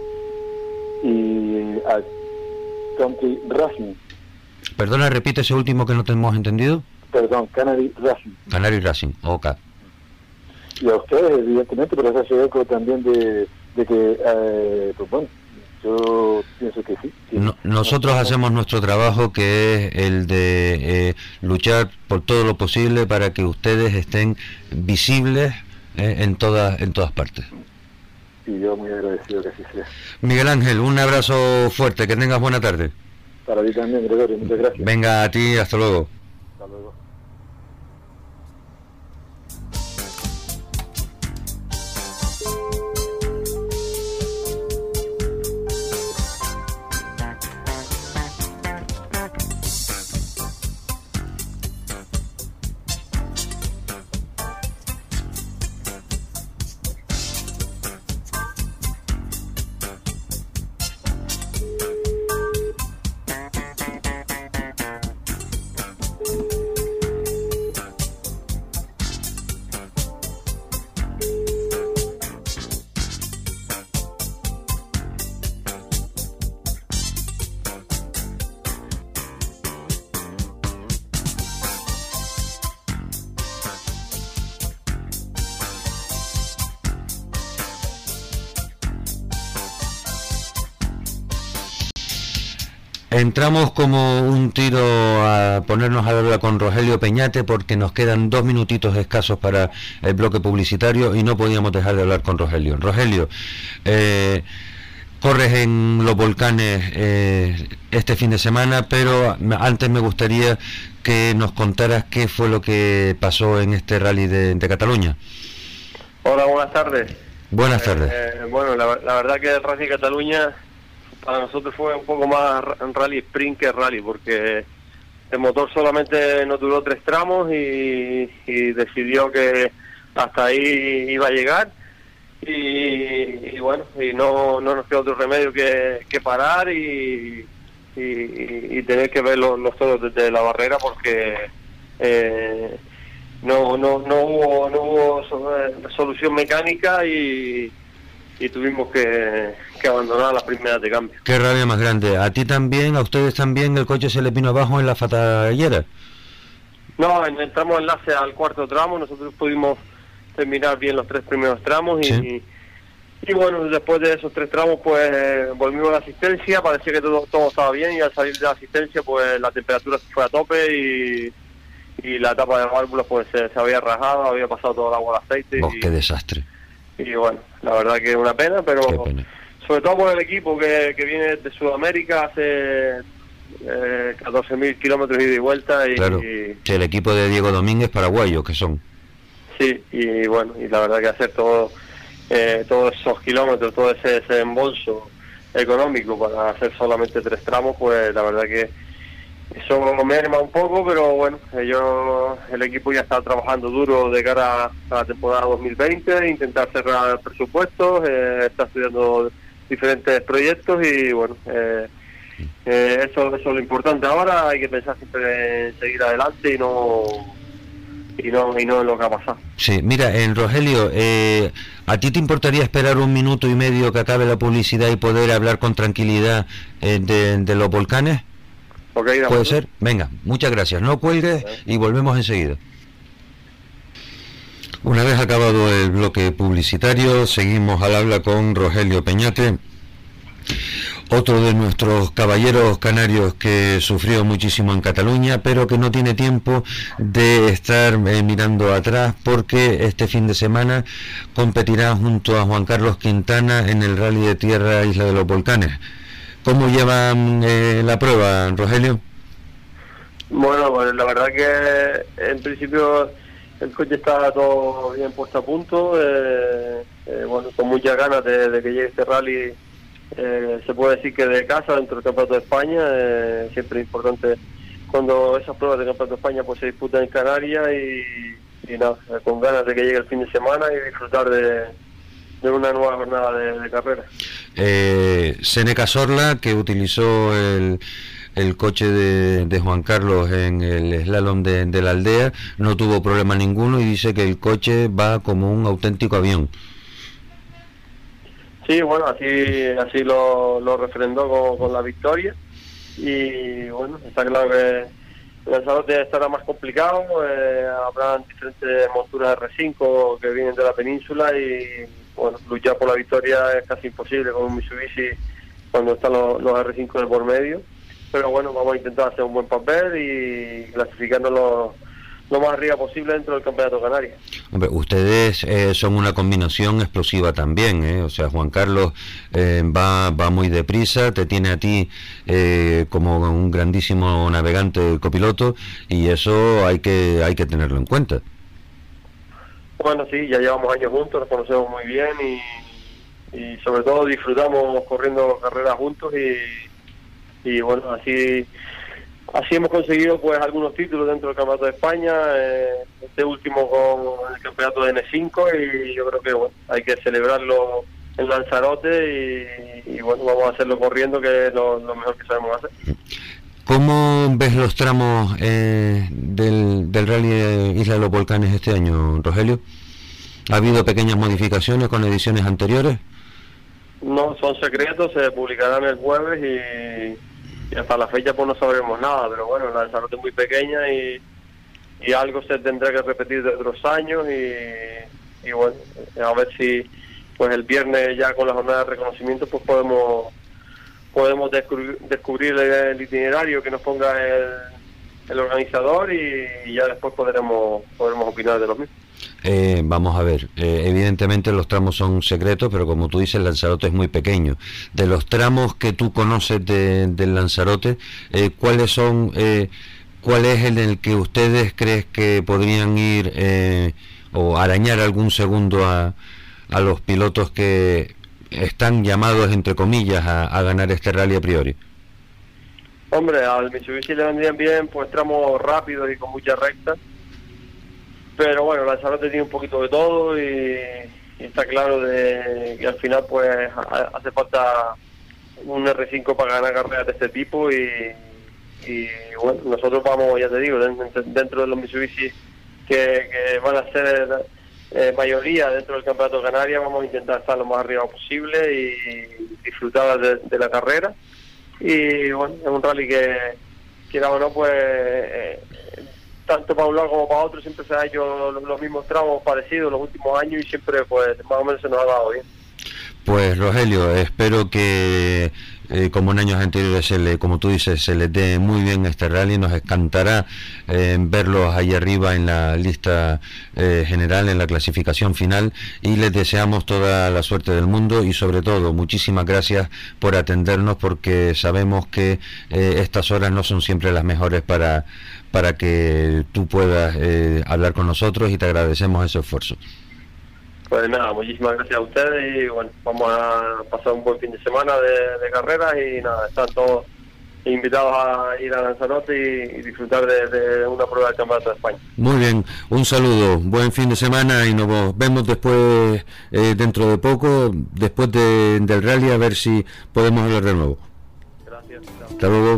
S4: y a Country Racing.
S1: Perdona, repite ese último que no te hemos entendido.
S4: Perdón, Canary Racing.
S1: Canary Racing, ok.
S4: Y a ustedes, evidentemente, pero eso hace eco también de, de que, eh, pues bueno, yo pienso que sí. Que
S1: no, nosotros no, hacemos nuestro trabajo, que es el de eh, luchar por todo lo posible para que ustedes estén visibles eh, en todas en todas partes.
S4: Y yo muy agradecido que así sea.
S1: Miguel Ángel, un abrazo fuerte, que tengas buena tarde.
S4: Para ti también, Gregorio, muchas gracias.
S1: Venga, a ti, hasta luego.
S4: Hasta luego.
S1: Entramos como un tiro a ponernos a hablar con Rogelio Peñate, porque nos quedan dos minutitos escasos para el bloque publicitario y no podíamos dejar de hablar con Rogelio. Rogelio, eh, corres en los volcanes eh, este fin de semana, pero antes me gustaría que nos contaras qué fue lo que pasó en este rally de, de Cataluña.
S5: Hola, buenas tardes.
S1: Buenas tardes.
S5: Eh, eh, bueno, la, la verdad que el Rally Cataluña para nosotros fue un poco más rally sprint que rally, porque el motor solamente nos duró tres tramos y, y decidió que hasta ahí iba a llegar. Y, y bueno, y no, no nos queda otro remedio que, que parar y, y, y tener que ver los, los toros desde la barrera, porque eh, no, no, no hubo, no hubo solución mecánica y, y tuvimos que, que abandonar las primeras de cambio.
S1: Qué rabia más grande. ¿A ti también, a ustedes también, el coche se les vino abajo en la fatallera?
S5: No, en el tramo enlace al cuarto tramo nosotros pudimos terminar bien los tres primeros tramos y, sí. y, y bueno, después de esos tres tramos pues eh, volvimos a la asistencia, parecía que todo, todo estaba bien, y al salir de la asistencia pues la temperatura se fue a tope y, y la tapa de válvulas pues se, se había rajado, había pasado todo el agua al aceite.
S1: Oh,
S5: y,
S1: qué desastre.
S5: Y bueno, la verdad que es una pena, pero pena. Sobre todo por el equipo que, que viene de Sudamérica, hace eh, catorce mil kilómetros ida y vuelta. Y,
S1: claro,
S5: y,
S1: sí, el equipo de Diego Domínguez, paraguayo que son.
S5: Sí, y bueno, y la verdad que hacer todo eh, todos esos kilómetros, todo ese, ese embolso económico para hacer solamente tres tramos, pues la verdad que eso merma un poco, pero bueno, ellos, el equipo ya está trabajando duro de cara a la temporada dos mil veinte, intentar cerrar presupuestos, eh, está estudiando diferentes proyectos y bueno, eh, eh, eso, eso es lo importante ahora. Hay que pensar siempre en seguir adelante y no y no y no en lo que ha pasado.
S1: Sí, mira, en Rogelio, eh, ¿a ti te importaría esperar un minuto y medio que acabe la publicidad y poder hablar con tranquilidad eh, de, de los volcanes?
S5: Okay,
S1: ¿puede ser? Venga, muchas gracias, no cuelgues y volvemos enseguida. Una vez acabado el bloque publicitario, seguimos al habla con Rogelio Peñate, otro de nuestros caballeros canarios que sufrió muchísimo en Cataluña, pero que no tiene tiempo de estar eh, mirando atrás, porque este fin de semana competirá junto a Juan Carlos Quintana en el Rally de Tierra Isla de los Volcanes. ¿Cómo llevan eh, la prueba, Rogelio?
S5: Bueno, pues la verdad que en principio el coche está todo bien puesto a punto, eh, eh, bueno, con muchas ganas de, de que llegue este rally. Eh, se puede decir que de casa dentro del Campeonato de España, eh, siempre es importante cuando esas pruebas del Campeonato de España pues se disputan en Canarias y, y nada, con ganas de que llegue el fin de semana y disfrutar de, de una nueva jornada de, de carrera.
S1: Eh, Seneca Sorla, que utilizó el, el coche de, de Juan Carlos en el slalom de, de la aldea, no tuvo problema ninguno y dice que el coche va como un auténtico avión.
S5: Sí, bueno, así así lo, lo refrendó con, con la victoria y bueno, está claro que el lanzarote estará más complicado, eh, habrá diferentes monturas R cinco que vienen de la península y bueno, luchar por la victoria es casi imposible con un Mitsubishi cuando están los, los R cinco de por medio, pero bueno, vamos a intentar hacer un buen papel y clasificarnos lo, lo más arriba posible dentro del Campeonato Canario.
S1: Hombre, ustedes eh, son una combinación explosiva también, ¿eh? O sea, Juan Carlos eh, va, va muy deprisa, te tiene a ti eh, como un grandísimo navegante copiloto y eso hay que hay que tenerlo en cuenta.
S5: Bueno, sí, ya llevamos años juntos, nos conocemos muy bien y, y sobre todo disfrutamos corriendo carreras juntos y, y bueno, así así hemos conseguido pues algunos títulos dentro del Campeonato de España, eh, este último con el Campeonato de N cinco y yo creo que bueno, hay que celebrarlo en Lanzarote y, y bueno, vamos a hacerlo corriendo, que es lo, lo mejor que sabemos hacer.
S1: ¿Cómo ves los tramos eh, del, del Rally de Isla de los Volcanes este año, Rogelio? ¿Ha habido pequeñas modificaciones con ediciones anteriores?
S5: No, son secretos, se publicarán el jueves y, y hasta la fecha pues no sabremos nada, pero bueno, la Lanzarote es muy pequeña y, y algo se tendrá que repetir de otros años y, y bueno, a ver si pues el viernes ya con la jornada de reconocimiento pues podemos podemos descubrir, descubrir el itinerario que nos ponga el, el organizador y, y ya después podremos podremos opinar de lo mismo.
S1: Eh, vamos a ver, eh, evidentemente los tramos son secretos, pero como tú dices, Lanzarote es muy pequeño. De los tramos que tú conoces de, del Lanzarote, eh, ¿cuáles son, eh, cuál es el en el que ustedes creen que podrían ir eh, o arañar algún segundo a, a los pilotos que están llamados, entre comillas, a, a ganar este rally a priori?
S5: Hombre, al Mitsubishi le vendrían bien pues tramos rápidos y con mucha recta, pero bueno, Lanzarote tiene un poquito de todo y, y está claro de que al final pues ha, hace falta un R cinco para ganar carreras de este tipo y, y bueno, nosotros vamos, ya te digo, dentro, dentro de los Mitsubishi que, que van a ser eh, mayoría dentro del Campeonato de Canarias, vamos a intentar estar lo más arriba posible y disfrutar de, de la carrera. Y bueno, es un rally que, quiera o no, pues eh, tanto para un lado como para otro siempre se han hecho los, los mismos tramos parecidos los últimos años y siempre pues más o menos se nos ha dado bien.
S1: Pues Rogelio, espero que eh, como en años anteriores, se le, como tú dices, se les dé muy bien este rally. Nos encantará eh, verlos ahí arriba en la lista eh, general, en la clasificación final, y les deseamos toda la suerte del mundo y sobre todo muchísimas gracias por atendernos, porque sabemos que eh, estas horas no son siempre las mejores para, para que tú puedas eh, hablar con nosotros, y te agradecemos ese esfuerzo.
S5: Pues nada, muchísimas gracias a ustedes y bueno, vamos a pasar un buen fin de semana de, de carreras y nada, están todos invitados a ir a Lanzarote y, y disfrutar de, de una prueba del Campeonato de España.
S1: Muy bien, un saludo, buen fin de semana y nos vemos después, eh, dentro de poco, después de, del rally, a ver si podemos hablar de nuevo.
S5: Gracias.
S1: Hasta luego.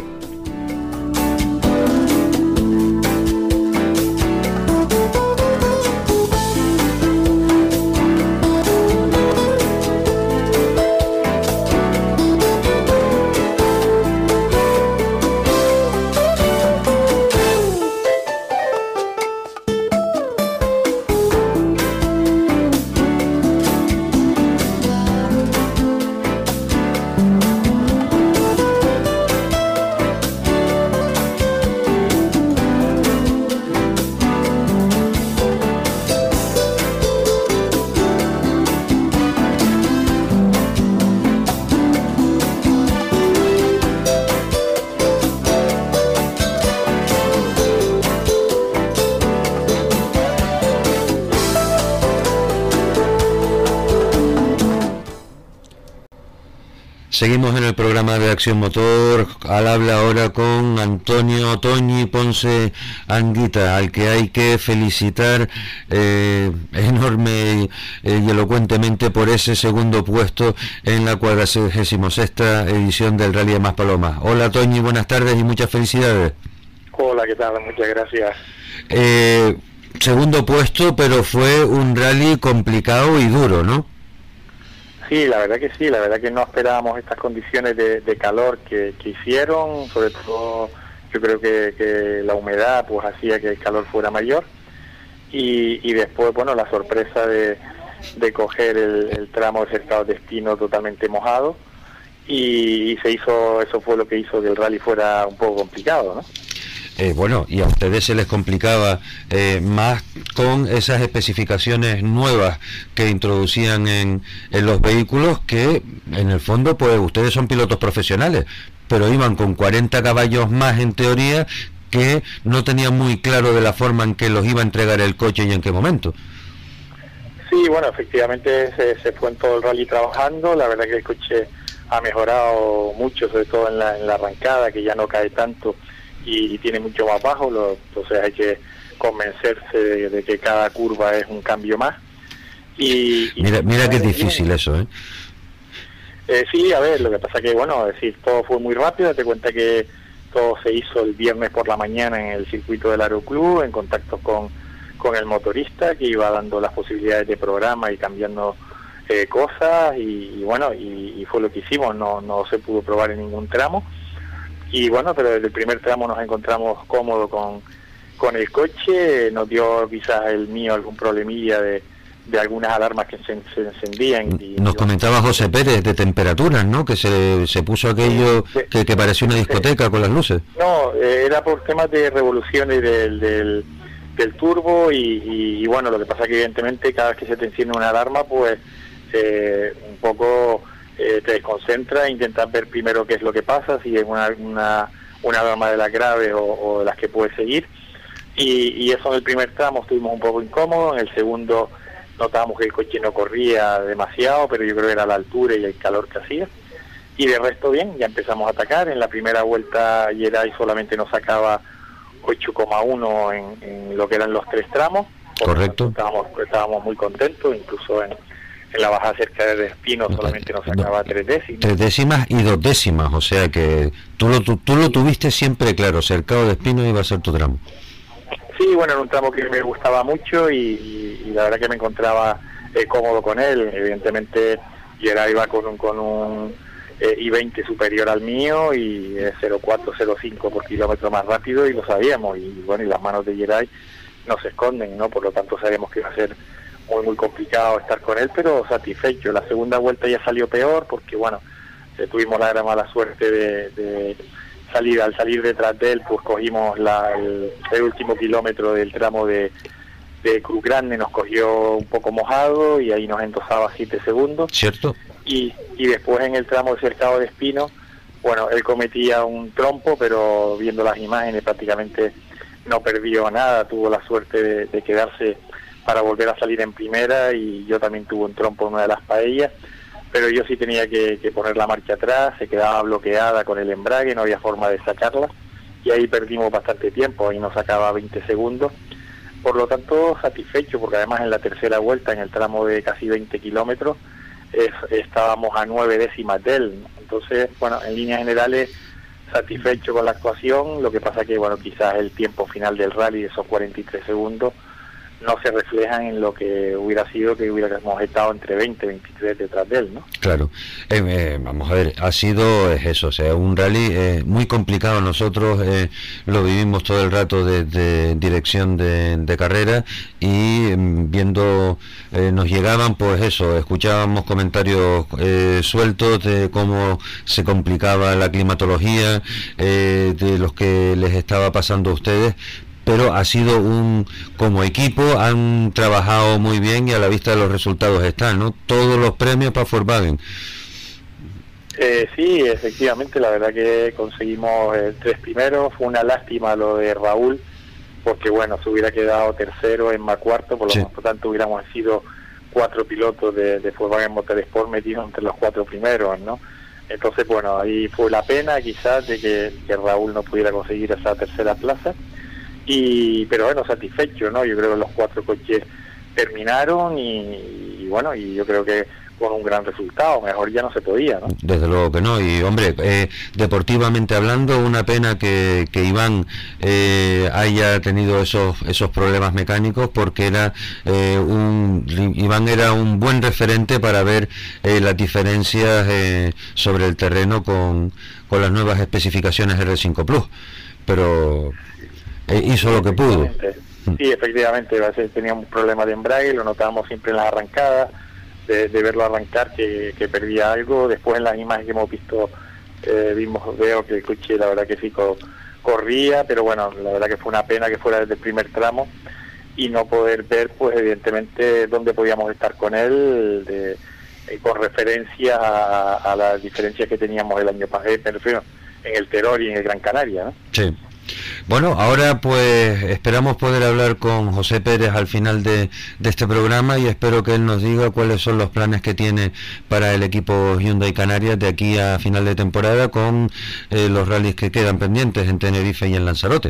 S1: Seguimos en el programa de Acción Motor. Al habla ahora con Antonio Toñi Ponce Anguita, al que hay que felicitar eh, enorme eh, y elocuentemente por ese segundo puesto en la cuadragésima sexta edición del Rally de Maspalomas. Hola Toñi, buenas tardes y muchas felicidades.
S6: Hola, ¿qué tal? Muchas gracias.
S1: Eh, segundo puesto, pero fue un rally complicado y duro, ¿no?
S6: Sí, la verdad que sí, la verdad que no esperábamos estas condiciones de, de calor que, que hicieron, sobre todo yo creo que, que la humedad pues hacía que el calor fuera mayor y, y después, bueno, la sorpresa de, de coger el, el tramo del Cercado Destino totalmente mojado y, y se hizo, eso fue lo que hizo que el rally fuera un poco complicado, ¿no?
S1: Eh, bueno, y a ustedes se les complicaba eh, más con esas especificaciones nuevas que introducían en, en los vehículos, que en el fondo pues ustedes son pilotos profesionales, pero iban con cuarenta caballos más en teoría, que no tenían muy claro de la forma en que los iba a entregar el coche y en qué momento.
S6: Sí, bueno, efectivamente se, se fue en todo el rally trabajando. La verdad que el coche ha mejorado mucho, sobre todo en la, en la arrancada, que ya no cae tanto y tiene mucho más bajo, lo, entonces hay que convencerse de, de que cada curva es un cambio más. Y, y
S1: mira, mira que es difícil eso, ¿eh?
S6: ¿eh? Sí, a ver, lo que pasa que, bueno, es decir, todo fue muy rápido. Te cuenta que todo se hizo el viernes por la mañana en el circuito del Aeroclub, en contacto con, con el motorista, que iba dando las posibilidades de programa y cambiando eh, cosas, y, y bueno, y, y fue lo que hicimos. No, no se pudo probar en ningún tramo. Y bueno, pero desde el primer tramo nos encontramos cómodos con, con el coche. Nos dio quizás el mío algún problemilla de, de algunas alarmas que se, se encendían. Y
S1: nos
S6: yo,
S1: comentaba José Pérez de temperaturas, ¿no? Que se, se puso aquello
S6: sí,
S1: que, que parecía una discoteca sí, con las luces.
S6: No, eh, era por temas de revoluciones del, del, del turbo y, y bueno, lo que pasa que evidentemente cada vez que se te enciende una alarma, pues eh, un poco eh, te desconcentra, intentas ver primero qué es lo que pasa, si es una, una, una alarma de las graves o, o de las que puedes seguir. Y, y eso en el primer tramo estuvimos un poco incómodos, en el segundo notábamos que el coche no corría demasiado, pero yo creo que era la altura y el calor que hacía. Y de resto bien, ya empezamos a atacar. En la primera vuelta Geray solamente nos sacaba ocho coma uno en, en lo que eran los tres tramos.
S1: Correcto.
S6: Estábamos, estábamos muy contentos, incluso en, en la bajada cerca de Espino solamente nos sacaba tres décimas.
S1: Tres décimas y dos décimas, o sea que tú lo, tú, tú lo tuviste siempre claro, cercado de Espino iba a ser tu tramo.
S6: Sí, bueno, era un tramo que me gustaba mucho y, y, y la verdad que me encontraba eh, cómodo con él. Evidentemente Geray iba con un, con un eh, I veinte superior al mío y eh, cero coma cuatro, cero coma cinco por kilómetro más rápido y lo sabíamos. Y bueno, y las manos de Geray no se esconden, ¿no? Por lo tanto sabíamos que iba a ser muy muy complicado estar con él, pero satisfecho. La segunda vuelta ya salió peor porque bueno, eh, tuvimos la gran mala suerte de... de salir al salir detrás de él, pues cogimos la, el, el último kilómetro del tramo de, de Cruz Grande, nos cogió un poco mojado y ahí nos endosaba siete segundos.
S1: ¿Cierto?
S6: Y, y después en el tramo de Cercado de Espino, bueno, él cometía un trompo, pero viendo las imágenes prácticamente no perdió nada, tuvo la suerte de, de quedarse para volver a salir en primera y yo también tuve un trompo en una de las paellas. Pero yo sí tenía que, que poner la marcha atrás, se quedaba bloqueada con el embrague, no había forma de sacarla y ahí perdimos bastante tiempo, ahí nos sacaba veinte segundos. Por lo tanto, satisfecho, porque además en la tercera vuelta, en el tramo de casi veinte kilómetros, es, estábamos a nueve décimas de él. Entonces, bueno, en líneas generales, satisfecho con la actuación, lo que pasa que, bueno, quizás el tiempo final del rally, esos cuarenta y tres segundos, no se reflejan en lo que hubiera sido que hubiéramos estado entre veinte y veintitrés detrás de él, ¿no?
S1: Claro. Eh, eh, vamos a ver, ha sido es eso, o sea, un rally eh, muy complicado. Nosotros eh, lo vivimos todo el rato desde dirección de, de carrera y eh, viendo, eh, nos llegaban, pues eso, escuchábamos comentarios eh, sueltos de cómo se complicaba la climatología, eh, de los que les estaba pasando a ustedes, pero ha sido un, como equipo han trabajado muy bien y a la vista de los resultados están, ¿no? Todos los premios para Volkswagen.
S6: Eh, sí, efectivamente, la verdad que conseguimos eh, tres primeros, fue una lástima lo de Raúl, porque bueno, se hubiera quedado tercero en más cuarto, por lo sí. tanto hubiéramos sido cuatro pilotos de, de Volkswagen Motorsport metidos entre los cuatro primeros, ¿no? Entonces, bueno, ahí fue la pena quizás de que, que Raúl no pudiera conseguir esa tercera plaza. Y pero bueno, satisfecho, ¿no? Yo creo que los cuatro coches terminaron y, y bueno, y yo creo que con un gran resultado, mejor ya no se podía, ¿no?
S1: Desde luego que no, y hombre, eh, deportivamente hablando, una pena que, que Iván eh, haya tenido esos esos problemas mecánicos, porque era eh, un Iván era un buen referente para ver eh, las diferencias eh, sobre el terreno con, con las nuevas especificaciones R cinco Plus, pero Eh, hizo lo que pudo.
S6: Sí, efectivamente, a veces teníamos un problema de embrague, lo notábamos siempre en las arrancadas, de, de verlo arrancar que, que perdía algo. Después en las imágenes que hemos visto, eh, vimos, veo que el coche la verdad que sí co corría, pero bueno, la verdad que fue una pena que fuera desde el primer tramo y no poder ver, pues evidentemente, dónde podíamos estar con él, de, eh, con referencia a, a las diferencias que teníamos el año pasado, en el Teror y en el Gran Canaria, ¿no?
S1: Sí. Bueno, ahora pues esperamos poder hablar con José Pérez al final de, de este programa y espero que él nos diga cuáles son los planes que tiene para el equipo Hyundai Canarias de aquí a final de temporada con eh, los rallies que quedan pendientes en Tenerife y en Lanzarote.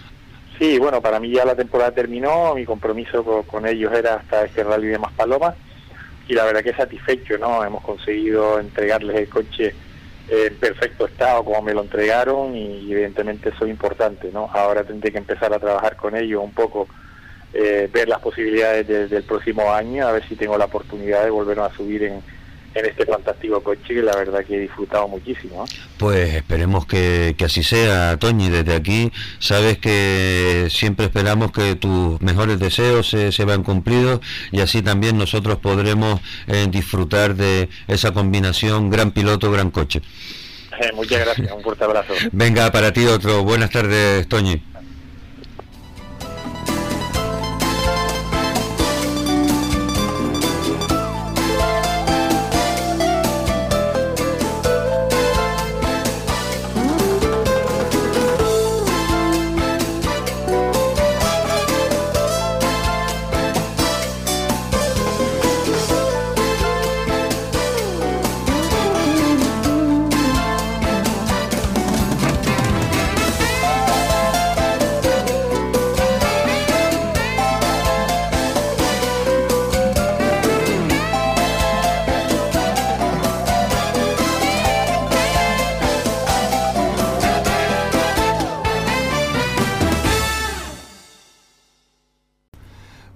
S6: Sí, bueno, para mí ya la temporada terminó, mi compromiso con, con ellos era hasta este rally de Maspalomas y la verdad que satisfecho, ¿no? Hemos conseguido entregarles el coche en perfecto estado como me lo entregaron y evidentemente eso es importante, ¿no? Ahora tendré que empezar a trabajar con ellos un poco, eh, ver las posibilidades de, del próximo año, a ver si tengo la oportunidad de volver a subir en, en este fantástico coche que la verdad que he disfrutado muchísimo, ¿eh?
S1: Pues esperemos que, que así sea, Toñi. Desde aquí sabes que siempre esperamos que tus mejores deseos se, se vean cumplidos y así también nosotros podremos eh, disfrutar de esa combinación gran piloto, gran coche.
S6: Eh, muchas gracias, un fuerte abrazo.
S1: Venga, para ti otro. Buenas tardes, Toñi.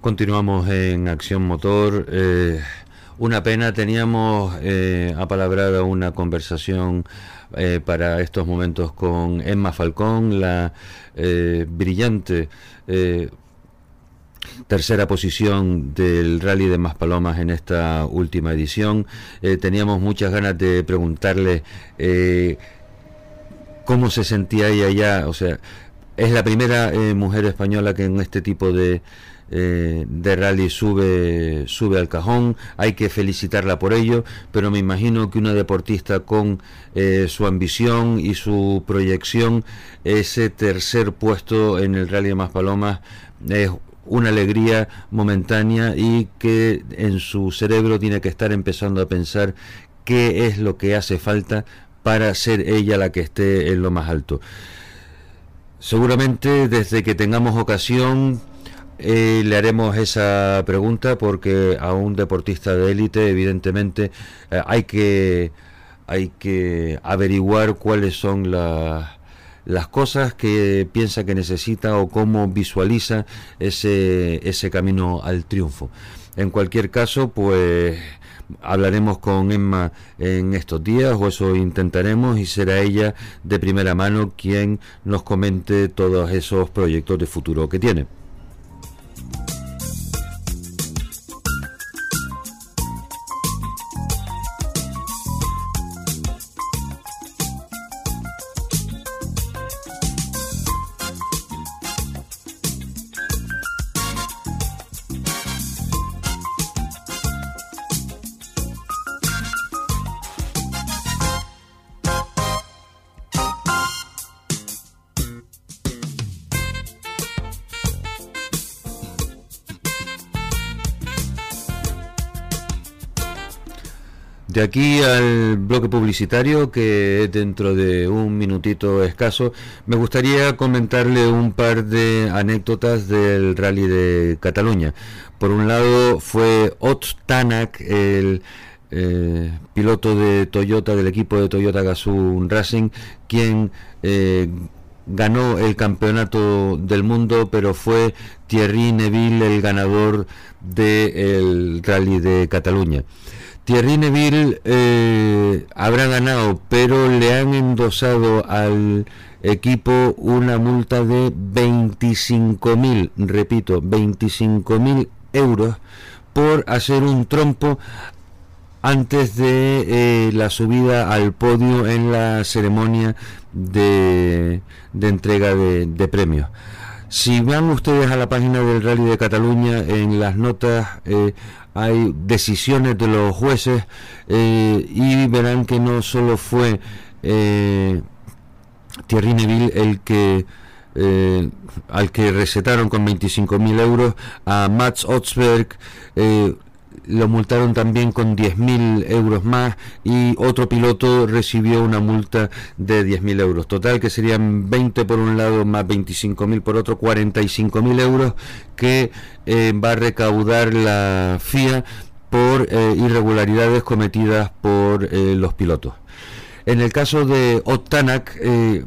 S1: Continuamos en Acción Motor. Eh, una pena, teníamos eh, apalabrada una conversación eh, para estos momentos con Emma Falcón, la eh, brillante eh, tercera posición del Rally de Maspalomas en esta última edición. Eh, teníamos muchas ganas de preguntarle eh, cómo se sentía ella ya, o sea, es la primera eh, mujer española que en este tipo de Eh, de rally sube sube al cajón. Hay que felicitarla por ello, pero me imagino que una deportista con eh, su ambición y su proyección, ese tercer puesto en el Rally de Maspalomas es una alegría momentánea, y que en su cerebro tiene que estar empezando a pensar qué es lo que hace falta para ser ella la que esté en lo más alto. Seguramente desde que tengamos ocasión Eh, le haremos esa pregunta, porque a un deportista de élite evidentemente eh, hay que hay que averiguar cuáles son las las cosas que piensa que necesita o cómo visualiza ese ese camino al triunfo. En cualquier caso, pues hablaremos con Emma en estos días, o eso intentaremos, y será ella de primera mano quien nos comente todos esos proyectos de futuro que tiene. De aquí al bloque publicitario, que dentro de un minutito escaso, me gustaría comentarle un par de anécdotas del Rally de Cataluña. Por un lado, fue Ot Tanak, el eh, piloto de Toyota, del equipo de Toyota Gazoo Racing, quien eh, ganó el campeonato del mundo, pero fue Thierry Neuville el ganador del Rally de Cataluña. Thierry Neuville eh, habrá ganado, pero le han endosado al equipo una multa de veinticinco mil, repito, veinticinco mil euros por hacer un trompo antes de eh, la subida al podio en la ceremonia de, de entrega de, de premios. Si van ustedes a la página del Rally de Cataluña, en las notas eh, hay decisiones de los jueces, eh, y verán que no solo fue eh, Thierry Neuville el que eh, al que recetaron con veinticinco mil euros. A Mats Otsberg eh, lo multaron también con diez mil euros más, y otro piloto recibió una multa de diez mil euros. Total, que serían veinte por un lado más veinticinco mil por otro, cuarenta y cinco mil euros que eh, va a recaudar la F I A por eh, irregularidades cometidas por eh, los pilotos. En el caso de Ot Tanak, eh,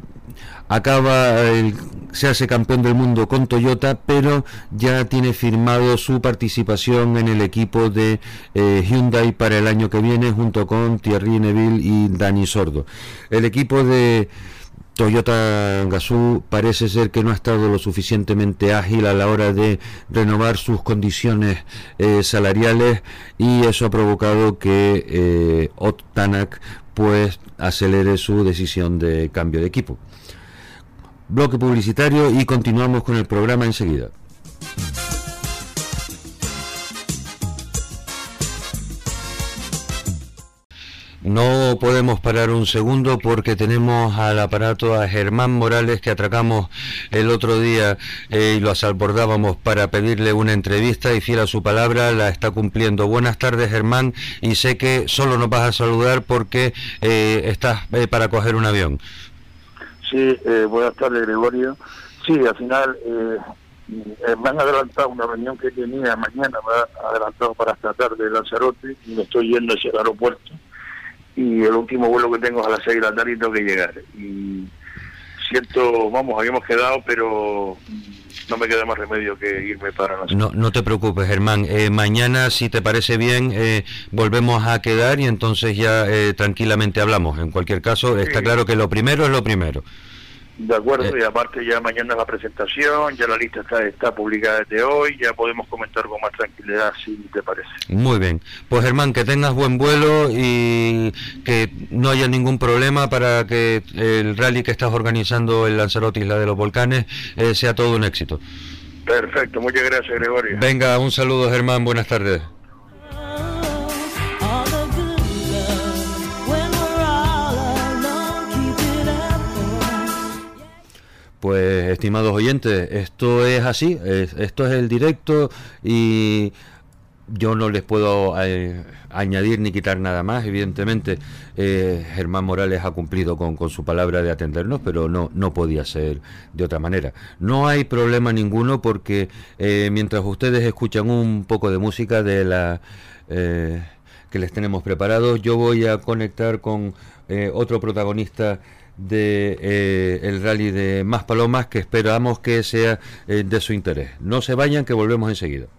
S1: acaba el, se hace campeón del mundo con Toyota, pero ya tiene firmado su participación en el equipo de eh, Hyundai para el año que viene, junto con Thierry Neuville y Dani Sordo. El equipo de Toyota Gazoo parece ser que no ha estado lo suficientemente ágil a la hora de renovar sus condiciones eh, salariales, y eso ha provocado que eh, Ot Tanak pues acelere su decisión de cambio de equipo. Bloque publicitario y continuamos con el programa enseguida. No podemos parar un segundo, porque tenemos al aparato a Germán Morales, que atracamos el otro día eh, y lo abordábamos para pedirle una entrevista, y fiel a su palabra la está cumpliendo. Buenas tardes, Germán, y sé que solo nos vas a saludar porque eh, estás eh, para coger un avión.
S7: Sí, eh, buenas tardes, Gregorio. Sí, al final eh, eh, me han adelantado una reunión que tenía mañana, me han adelantado para esta tarde de Lanzarote, y me estoy yendo hacia el aeropuerto, y el último vuelo que tengo es a las seis de la tarde y tengo que llegar. Y siento, vamos, habíamos quedado, pero no me queda más remedio que irme para la
S1: No, no te preocupes, Germán. Eh, mañana, si te parece bien, eh, volvemos a quedar y entonces ya eh, tranquilamente hablamos. En cualquier caso, sí. Está claro que lo primero es lo primero.
S7: De acuerdo,
S1: eh.
S7: y aparte ya mañana es la presentación, ya la lista está, está publicada desde hoy, ya podemos comentar con más tranquilidad, si te parece.
S1: Muy bien. Pues Germán, que tengas buen vuelo y que no haya ningún problema para que el rally que estás organizando en Lanzarote, Isla de los Volcanes, eh, sea todo un éxito.
S7: Perfecto, muchas gracias, Gregorio.
S1: Venga, un saludo, Germán, buenas tardes. Pues, estimados oyentes, esto es así, es, esto es el directo y yo no les puedo eh, añadir ni quitar nada más, evidentemente. eh, Germán Morales ha cumplido con, con su palabra de atendernos, pero no, no podía ser de otra manera. No hay problema ninguno porque eh, mientras ustedes escuchan un poco de música de la eh, que les tenemos preparados, yo voy a conectar con eh, otro protagonista de eh, el rally de Maspalomas, que esperamos que sea eh, de su interés. No se vayan, que volvemos enseguida.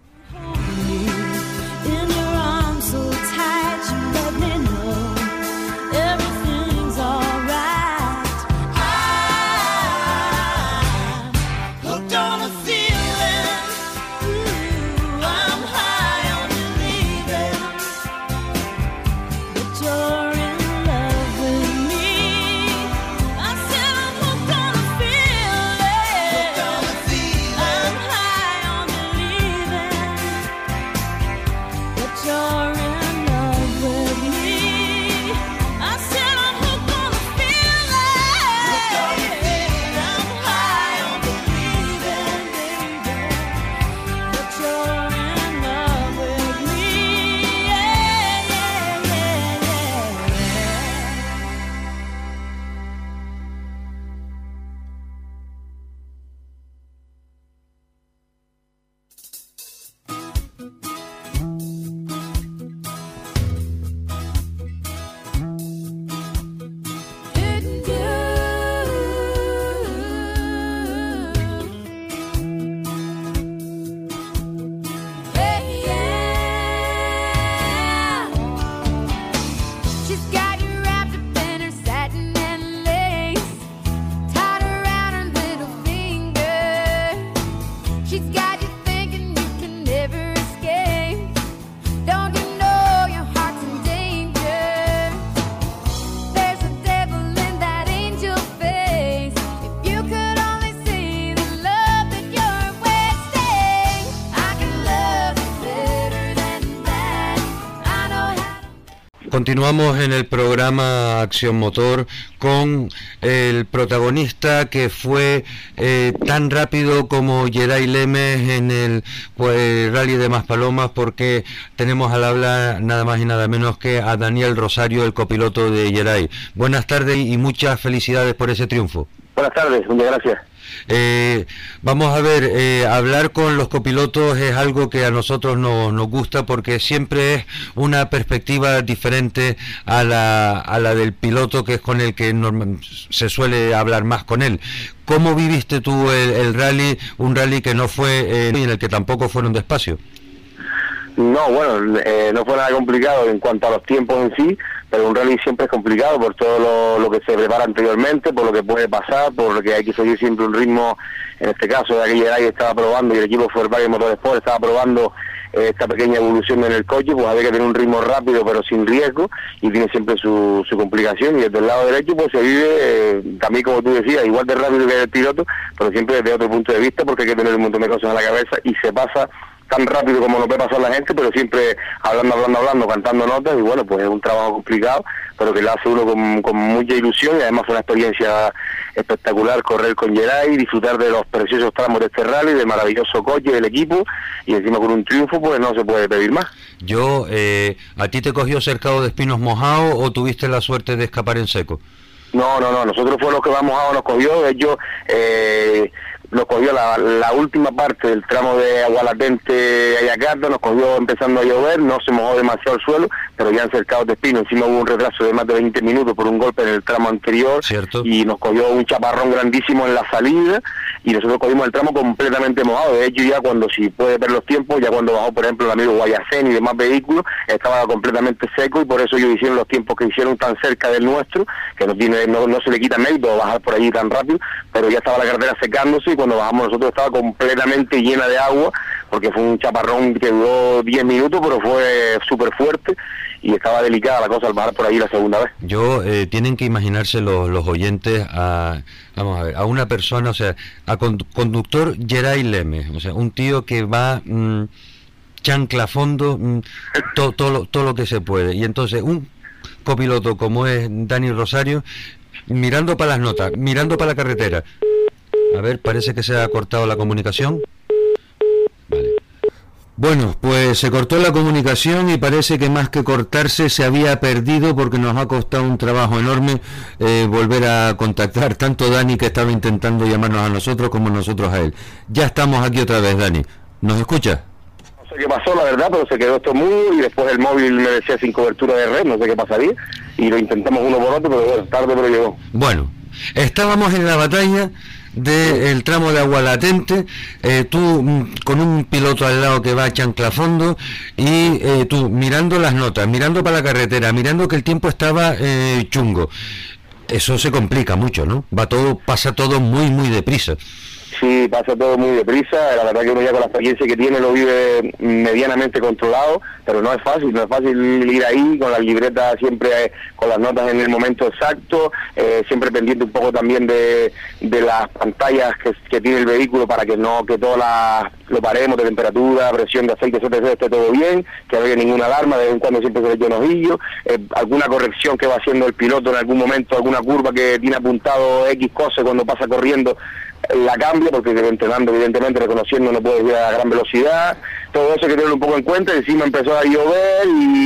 S1: Continuamos en el programa Acción Motor con el protagonista que fue eh, tan rápido como Geray Lemes en el pues, rally de Maspalomas, porque tenemos al habla nada más y nada menos que a Daniel Rosario, el copiloto de Geray. Buenas tardes y muchas felicidades por ese triunfo.
S8: Buenas tardes, muchas gracias.
S1: Eh, vamos a ver, eh, hablar con los copilotos es algo que a nosotros no, nos gusta porque siempre es una perspectiva diferente a la, a la del piloto, que es con el que normal, se suele hablar más con él. ¿Cómo viviste tú el, el rally, un rally que no fue eh, y en el que tampoco fueron despacio?
S8: No, bueno, eh, no fue nada complicado en cuanto a los tiempos en sí, pero un rally siempre es complicado por todo lo, lo que se prepara anteriormente, por lo que puede pasar, por lo que hay que seguir siempre un ritmo. En este caso, de aquella edad estaba probando, y el equipo Volkswagen Motorsport estaba probando eh, esta pequeña evolución en el coche, pues había que tener un ritmo rápido pero sin riesgo, y tiene siempre su, su complicación. Y desde el lado derecho pues se vive, eh, también como tú decías, igual de rápido que el piloto, pero siempre desde otro punto de vista, porque hay que tener un montón de cosas en la cabeza, y se pasa tan rápido como no puede pasar la gente, pero siempre hablando, hablando, hablando, cantando notas, y bueno, pues es un trabajo complicado, pero que lo hace uno con, con mucha ilusión, y además fue una experiencia espectacular correr con Geray, disfrutar de los preciosos tramos de este rally, del maravilloso coche del equipo, y encima con un triunfo, pues no se puede pedir más.
S1: Yo, eh, ¿a ti te cogió cercado de espinos mojados o tuviste la suerte de escapar en seco?
S8: No, no, no, nosotros fue los que más mojados nos cogió, de hecho, eh... nos cogió la, la última parte del tramo de Agualatente a Yakarta, nos cogió empezando a llover, no se mojó demasiado el suelo, pero ya en Cercados de Espino. Encima hubo un retraso de más de veinte minutos por un golpe en el tramo anterior.
S1: Cierto.
S8: Y nos cogió un chaparrón grandísimo en la salida y nosotros cogimos el tramo completamente mojado. De hecho, ya cuando, si puede ver los tiempos, ya cuando bajó, por ejemplo, el amigo Guayacén y demás vehículos, estaba completamente seco, y por eso ellos hicieron los tiempos que hicieron tan cerca del nuestro, que no tiene no, no se le quita mérito bajar por allí tan rápido, pero ya estaba la carretera secándose, y cuando bajamos nosotros estaba completamente llena de agua, porque fue un chaparrón que duró diez minutos, pero fue súper fuerte, y estaba delicada la cosa al bajar por ahí la segunda vez.
S1: Yo, eh, tienen que imaginarse los, los oyentes a, vamos a ver, a una persona, o sea, a con, conductor Geray Lemes, o sea, un tío que va mmm, chancla a fondo, mmm, to, todo, lo, todo lo que se puede, y entonces un copiloto como es Dani Rosario, mirando para las notas, mirando para la carretera. A ver, parece que se ha cortado la comunicación. Vale. Bueno, pues se cortó la comunicación y parece que más que cortarse se había perdido, porque nos ha costado un trabajo enorme eh, volver a contactar tanto Dani, que estaba intentando llamarnos a nosotros, como nosotros a él. Ya estamos aquí otra vez, Dani. ¿Nos escucha?
S8: No sé qué pasó, la verdad, pero se quedó esto mudo, y después el móvil me decía sin cobertura de red, no sé qué pasaría, y lo intentamos uno por otro, pero bueno, tarde pero llegó.
S1: Bueno, estábamos en la batalla del tramo de agua latente, eh, tú mm, con un piloto al lado que va a chanclafondo, y eh, tú mirando las notas, mirando para la carretera, mirando que el tiempo estaba eh, chungo. Eso se complica mucho, ¿no? Va todo, pasa todo muy muy deprisa.
S8: Sí, pasa todo muy deprisa, la verdad que uno ya con la experiencia que tiene lo vive medianamente controlado, pero no es fácil, no es fácil ir ahí con las libretas siempre, con las notas en el momento exacto, eh, siempre pendiente un poco también de, de las pantallas que, que tiene el vehículo, para que no, que todas las, lo paremos de temperatura, presión de aceite, etcétera, esté todo bien, que no haya ninguna alarma, de vez en cuando siempre se le eche un ojillo, eh, alguna corrección que va haciendo el piloto en algún momento, alguna curva que tiene apuntado X cosa cuando pasa corriendo, la cambia, porque entrenando, evidentemente, reconociendo, no puede ir a gran velocidad, todo eso hay que tenerlo un poco en cuenta. Encima empezó a llover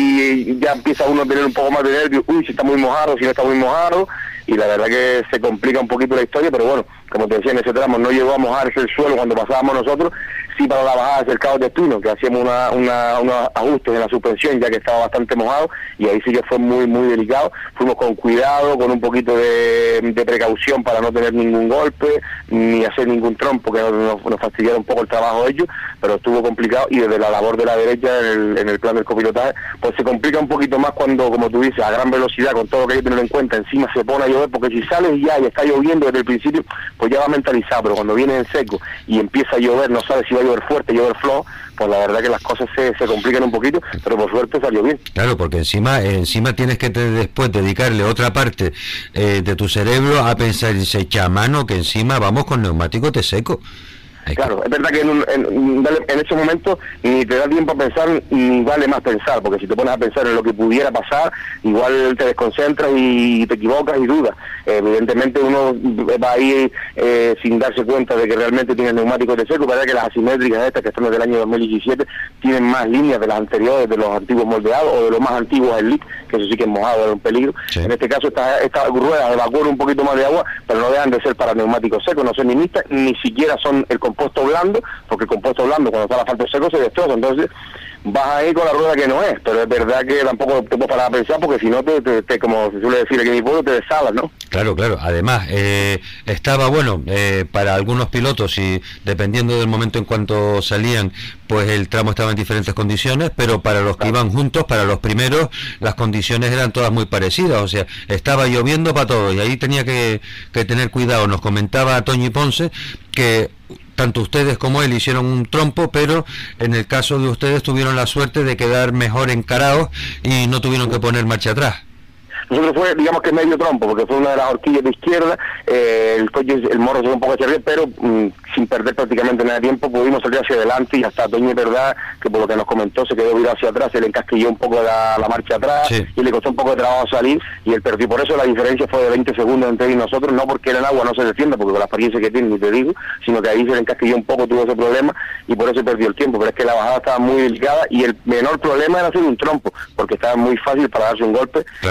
S8: y ya empieza uno a tener un poco más de nervios, uy, si está muy mojado, si no está muy mojado, y la verdad que se complica un poquito la historia, pero bueno, como te decía, en ese tramo no llegó a mojarse el suelo cuando pasábamos nosotros, sí para la bajada de Cercados de Espino, que hacíamos una, una, unos ajustes en la suspensión, ya que estaba bastante mojado, y ahí sí que fue muy, muy delicado. Fuimos con cuidado, con un poquito de, de precaución para no tener ningún golpe, ni hacer ningún trompo que nos, nos fastidiara un poco el trabajo de ellos, pero estuvo complicado, y desde la labor de la derecha, en el, en el plan del copilotaje, pues se complica un poquito más cuando, como tú dices, a gran velocidad, con todo lo que hay que tener en cuenta, encima se pone a llover, porque si sales ya y está lloviendo desde el principio, pues ya va mentalizado, pero cuando viene en seco y empieza a llover, no sabes si va a llover fuerte, llover flojo, pues la verdad que las cosas se, se complican un poquito, pero por suerte salió bien.
S1: Claro, porque encima eh, encima tienes que te, después dedicarle otra parte eh, de tu cerebro a pensar, y se echa a mano que encima vamos con neumático de seco. Hay
S8: claro,
S1: que...
S8: es verdad que en, un, en, en ese momento ni te da tiempo a pensar, ni vale más pensar, porque si te pones a pensar en lo que pudiera pasar, igual te desconcentras y te equivocas y dudas. Eh, evidentemente uno va ahí eh, sin darse cuenta de que realmente tiene neumáticos de seco. Verdad que las asimétricas estas, que son del año dos mil diecisiete, tienen más líneas de las anteriores, de los antiguos moldeados, o de los más antiguos el Leak, que eso sí que es mojado, era un peligro. Sí. En este caso estas esta ruedas evacuan un poquito más de agua, pero no dejan de ser para neumáticos secos, no son ni mixtas, ni siquiera son el compuesto blando, porque el compuesto blando cuando está el asfalto seco se destroza, entonces vas ahí con la rueda que no es, pero es verdad que tampoco te puedes parar a pensar, porque si no te, te, te, como se suele decir aquí en mi pueblo, te desalas, ¿no?
S1: Claro, claro, además eh, estaba bueno eh, para algunos pilotos, y dependiendo del momento en cuanto salían, pues el tramo estaba en diferentes condiciones, pero para los que iban juntos, para los primeros, las condiciones eran todas muy parecidas, o sea, estaba lloviendo para todos, y ahí tenía que, que tener cuidado. Nos comentaba Toñi Ponce que tanto ustedes como él hicieron un trompo, pero en el caso de ustedes tuvieron la suerte de quedar mejor encarados y no tuvieron que poner marcha atrás.
S8: Nosotros fue, digamos que medio trompo, porque fue una de las horquillas de izquierda, eh, el coche, el morro se fue un poco hacia arriba, pero mmm, sin perder prácticamente nada de tiempo pudimos salir hacia adelante, y hasta Toño, verdad, que por lo que nos comentó se quedó virado hacia atrás, se le encasquilló un poco la, la marcha atrás, sí, y le costó un poco de trabajo salir, y él perdió. Por eso la diferencia fue de veinte segundos entre él y nosotros, no porque en el agua no se defienda, porque con la experiencia que tiene, ni te digo, sino que ahí se le encasquilló un poco, tuvo ese problema, y por eso perdió el tiempo. Pero es que la bajada estaba muy delicada, y el menor problema era hacer un trompo, porque estaba muy fácil para darse un golpe, claro. Había que tener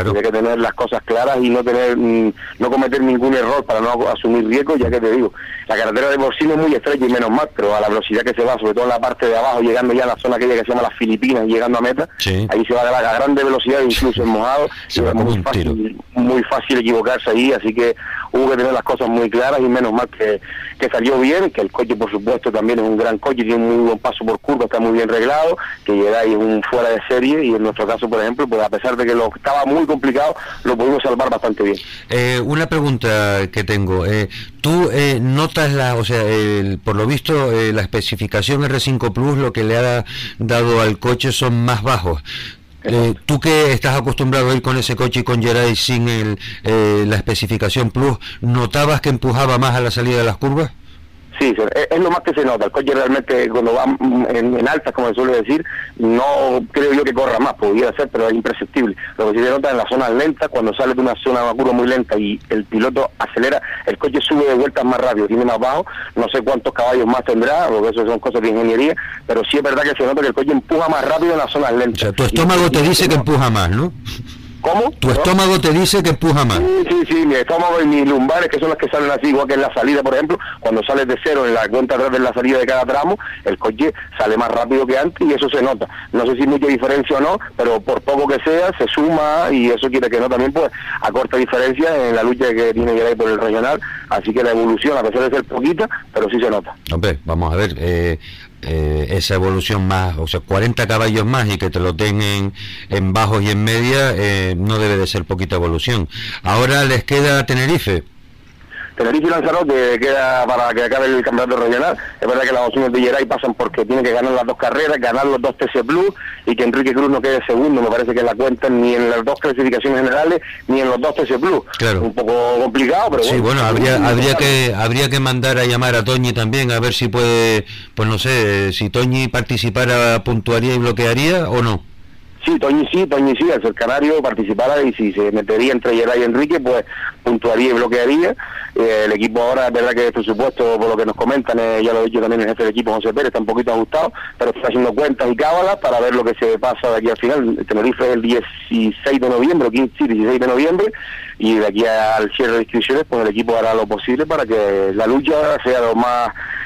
S8: tener las cosas claras y no tener mm, no cometer ningún error para no asumir riesgos, ya que te digo, la carretera de por sí no es muy estrecha y menos mal, pero a la velocidad que se va, sobre todo en la parte de abajo, llegando ya a la zona aquella que se llama las Filipinas, llegando a meta, sí. ahí se va a, a grande velocidad, incluso en mojado, y es muy fácil, muy fácil equivocarse ahí, así que hubo que tener las cosas muy claras y menos mal que, que salió bien, que el coche por supuesto también es un gran coche, tiene un muy buen paso por curva, está muy bien reglado, que Jedi es un fuera de serie y en nuestro caso, por ejemplo, pues a pesar de que lo estaba muy complicado, lo pudimos salvar bastante bien.
S1: Eh, una pregunta que tengo, eh, tú eh, notas la, o sea, el, por lo visto eh, la especificación R cinco Plus lo que le ha dado al coche son más bajos. Eh, tú que estás acostumbrado a ir con ese coche y con Jedi sin el, eh, la especificación Plus, ¿notabas que empujaba más a la salida de las curvas?
S8: Sí, es, es lo más que se nota. El coche realmente cuando va en, en altas, como se suele decir, no creo yo que corra más, podría ser, pero es imperceptible. Lo que sí se nota en las zonas lentas, cuando sale de una zona, una curva muy lenta y el piloto acelera, el coche sube de vueltas más rápido, tiene más bajo, no sé cuántos caballos más tendrá, porque eso son cosas de ingeniería, pero sí es verdad que se nota que el coche empuja más rápido en las zonas lentas.
S1: O sea, tu estómago te dice que empuja más, ¿no?
S8: ¿Cómo?
S1: Tu estómago te dice que empuja más.
S8: Sí, sí, sí, mi estómago y mis lumbares, que son las que salen así, igual que en la salida, por ejemplo, cuando sales de cero en la cuenta atrás de la salida de cada tramo, el coche sale más rápido que antes y eso se nota. No sé si mucha diferencia o no, pero por poco que sea, se suma y eso quiere que no también, pues, acorta diferencia en la lucha que tiene que ir por el regional, así que la evolución, a pesar de ser poquita, pero sí se nota.
S1: Hombre, vamos a ver, eh... Eh, esa evolución más, o sea, cuarenta caballos más y que te lo den en, en bajos y en media, eh, no debe de ser poquita evolución. Ahora les queda Tenerife.
S8: Tenerife y Lanzarote queda para que acabe el campeonato regional. Es verdad que las opciones de Jedi pasan porque tiene que ganar las dos carreras, ganar los dos T C Plus y que Enrique Cruz no quede segundo. Me parece que la cuentan ni en las dos clasificaciones generales ni en los dos T C Plus.
S1: Claro.
S8: Un poco complicado, pero
S1: sí,
S8: bueno.
S1: bueno, habría habría que habría que mandar a llamar a Toñi también a ver si puede, pues no sé, si Toñi participara, puntuaría y bloquearía o no.
S8: Sí, Toñi sí, Toñi sí, al ser canario participara y si se metería entre Jedi y Enrique, pues puntuaría y bloquearía. Eh, el equipo ahora, es verdad que el presupuesto, por lo que nos comentan, eh, ya lo he dicho también el jefe del equipo, José Pérez, está un poquito ajustado, pero está haciendo cuentas y cábalas para ver lo que se pasa de aquí al final. El Tenerife es el dieciséis de noviembre, quince, sí, dieciséis de noviembre, y de aquí al cierre de inscripciones, pues el equipo hará lo posible para que la lucha sea lo más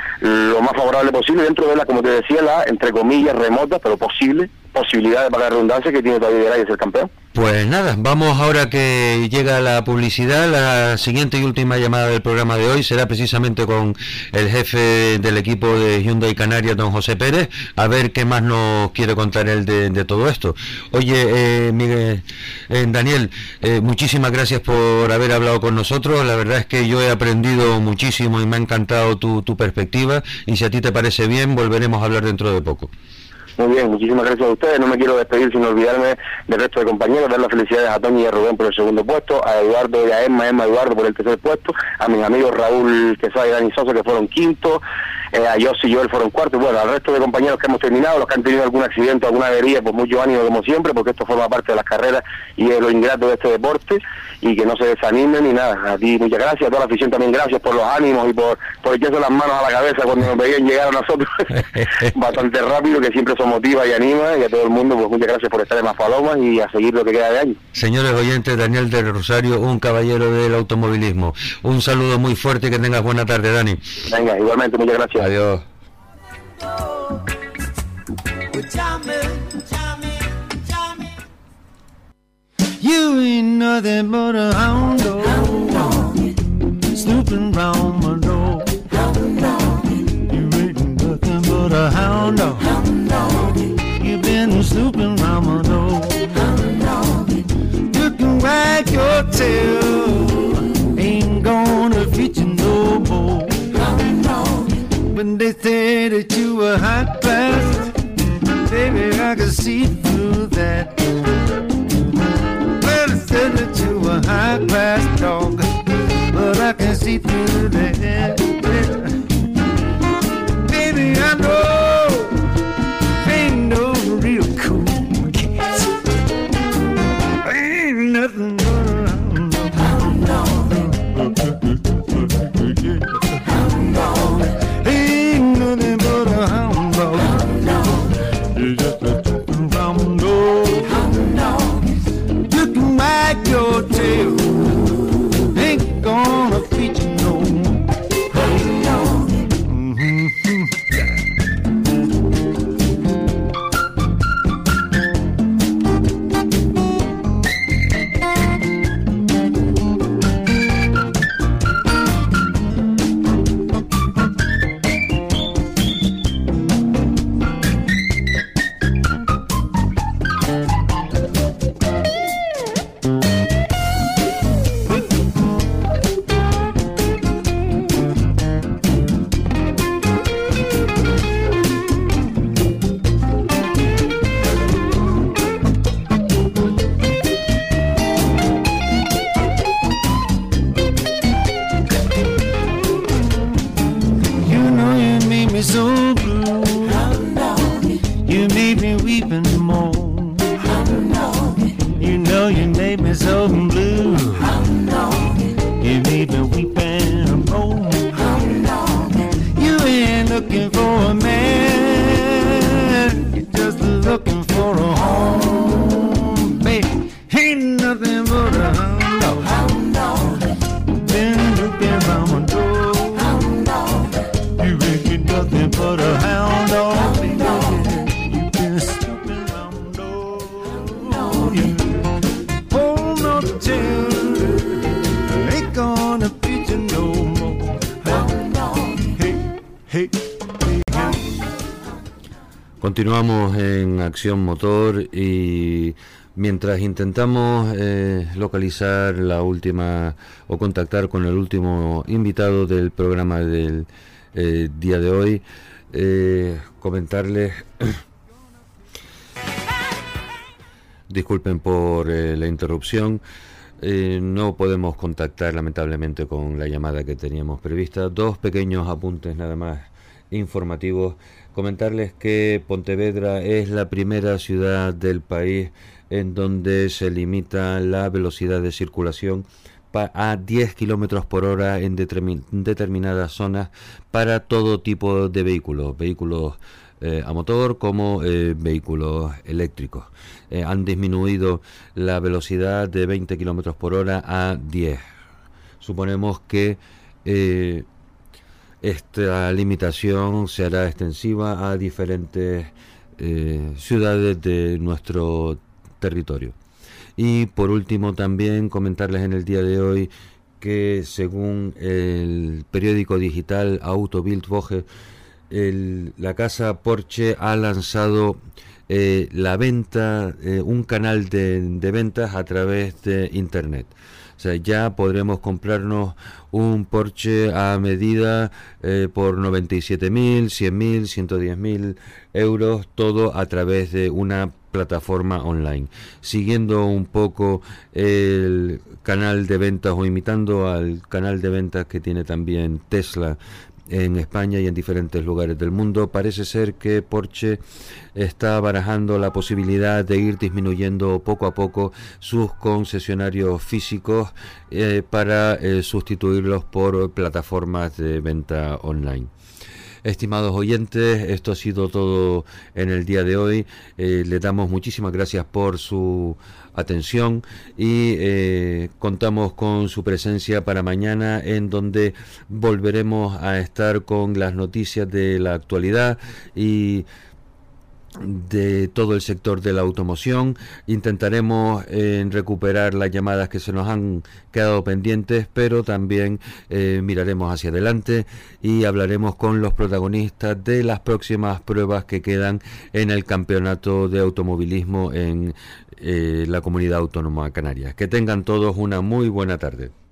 S8: lo más favorable posible dentro de la, como te decía, la, entre comillas, remota, pero posible, posibilidad de pagar redundancia que tiene todavía Jedi de ser campeón.
S1: Pues nada, vamos ahora que llega la publicidad. La siguiente y última llamada del programa de hoy será precisamente con el jefe del equipo de Hyundai Canarias, don José Pérez, a ver qué más nos quiere contar él de, de todo esto. Oye, eh, Miguel, eh, Daniel, eh, muchísimas gracias por haber hablado con nosotros. La verdad es que yo he aprendido muchísimo y me ha encantado tu, tu perspectiva, y si a ti te parece bien, volveremos a hablar dentro de poco.
S8: Muy bien, muchísimas gracias a ustedes. No me quiero despedir sin olvidarme del resto de compañeros, dar las felicidades a Toñi y a Rubén por el segundo puesto, a Eduardo y a Emma, Emma Eduardo por el tercer puesto, a mis amigos Raúl Quesada y Dani Sosa que fueron quintos, eh, a José y Joel fueron cuartos, y bueno, al resto de compañeros que hemos terminado, los que han tenido algún accidente, alguna avería, pues mucho ánimo como siempre, porque esto forma parte de las carreras y es lo ingrato de este deporte, y que no se desanimen ni nada. A ti muchas gracias, a toda la afición también gracias por los ánimos y por, por echarse las manos a la cabeza cuando nos veían llegar a nosotros bastante rápido, que siempre eso motiva y anima, y a todo el mundo pues muchas gracias por estar en Maspalomas y a seguir lo que queda de año.
S1: Señores oyentes, Daniel del Rosario, un caballero del automovilismo. Un saludo muy fuerte y que tengas buena tarde, Dani.
S8: Venga, igualmente, muchas gracias.
S1: Adiós.
S9: You ain't nothing but a hound dog, snooping round my door. You ain't nothing but a hound dog. You've been snooping round my door. You can wag your tail, ain't gonna fit you no more. When they say that you were high class, baby, I can see through that. Well, they said that you were high class dog, but I can see through that. Baby, I know ain't no real cool cats. Ain't nothing but a hound dog. Ain't nothing but a hound dog. You're just a hound dog. You can wag your so blue. You made me weep and moan. You know you made me so blue. You made me weep and moan. You ain't looking for a man, you're just looking for a home, baby. Ain't nothing but a hound dog. Been looking round my door. You ain't been nothing but a hound dog, baby. You've been snooping round my door. Yeah. Hold on to tell, ain't gonna beat you no more. Hey, hey, hey, hey.
S1: Continuamos en Acción Motor y mientras intentamos eh, localizar la última o contactar con el último invitado del programa del eh, día de hoy, eh, comentarles, disculpen por eh, la interrupción, eh, no podemos contactar lamentablemente con la llamada que teníamos prevista. Dos pequeños apuntes nada más informativos. Comentarles que Pontevedra es la primera ciudad del país en donde se limita la velocidad de circulación a diez kilómetros por hora en determin- determinadas zonas para todo tipo de vehículos, vehículos eh, a motor como eh, vehículos eléctricos. Eh, han disminuido la velocidad de veinte kilómetros por hora a diez. Suponemos que eh, esta limitación se hará extensiva a diferentes eh, ciudades de nuestro territorio. Y por último también comentarles en el día de hoy que según el periódico digital Auto Bild Woche, el, la casa Porsche ha lanzado eh, la venta, eh, un canal de, de ventas a través de internet. O sea, ya podremos comprarnos un Porsche a medida eh, por noventa y siete mil, cien mil, ciento diez mil euros, todo a través de una plataforma online, siguiendo un poco el canal de ventas o imitando al canal de ventas que tiene también Tesla en España y en diferentes lugares del mundo. Parece ser que Porsche está barajando la posibilidad de ir disminuyendo poco a poco sus concesionarios físicos eh, para eh, sustituirlos por plataformas de venta online. Estimados oyentes, esto ha sido todo en el día de hoy. Eh, le damos muchísimas gracias por su atención y eh, contamos con su presencia para mañana, en donde volveremos a estar con las noticias de la actualidad y de todo el sector de la automoción. Intentaremos eh, recuperar las llamadas que se nos han quedado pendientes, pero también eh, miraremos hacia adelante y hablaremos con los protagonistas de las próximas pruebas que quedan en el campeonato de automovilismo en eh, la Comunidad Autónoma Canaria. Que tengan todos una muy buena tarde.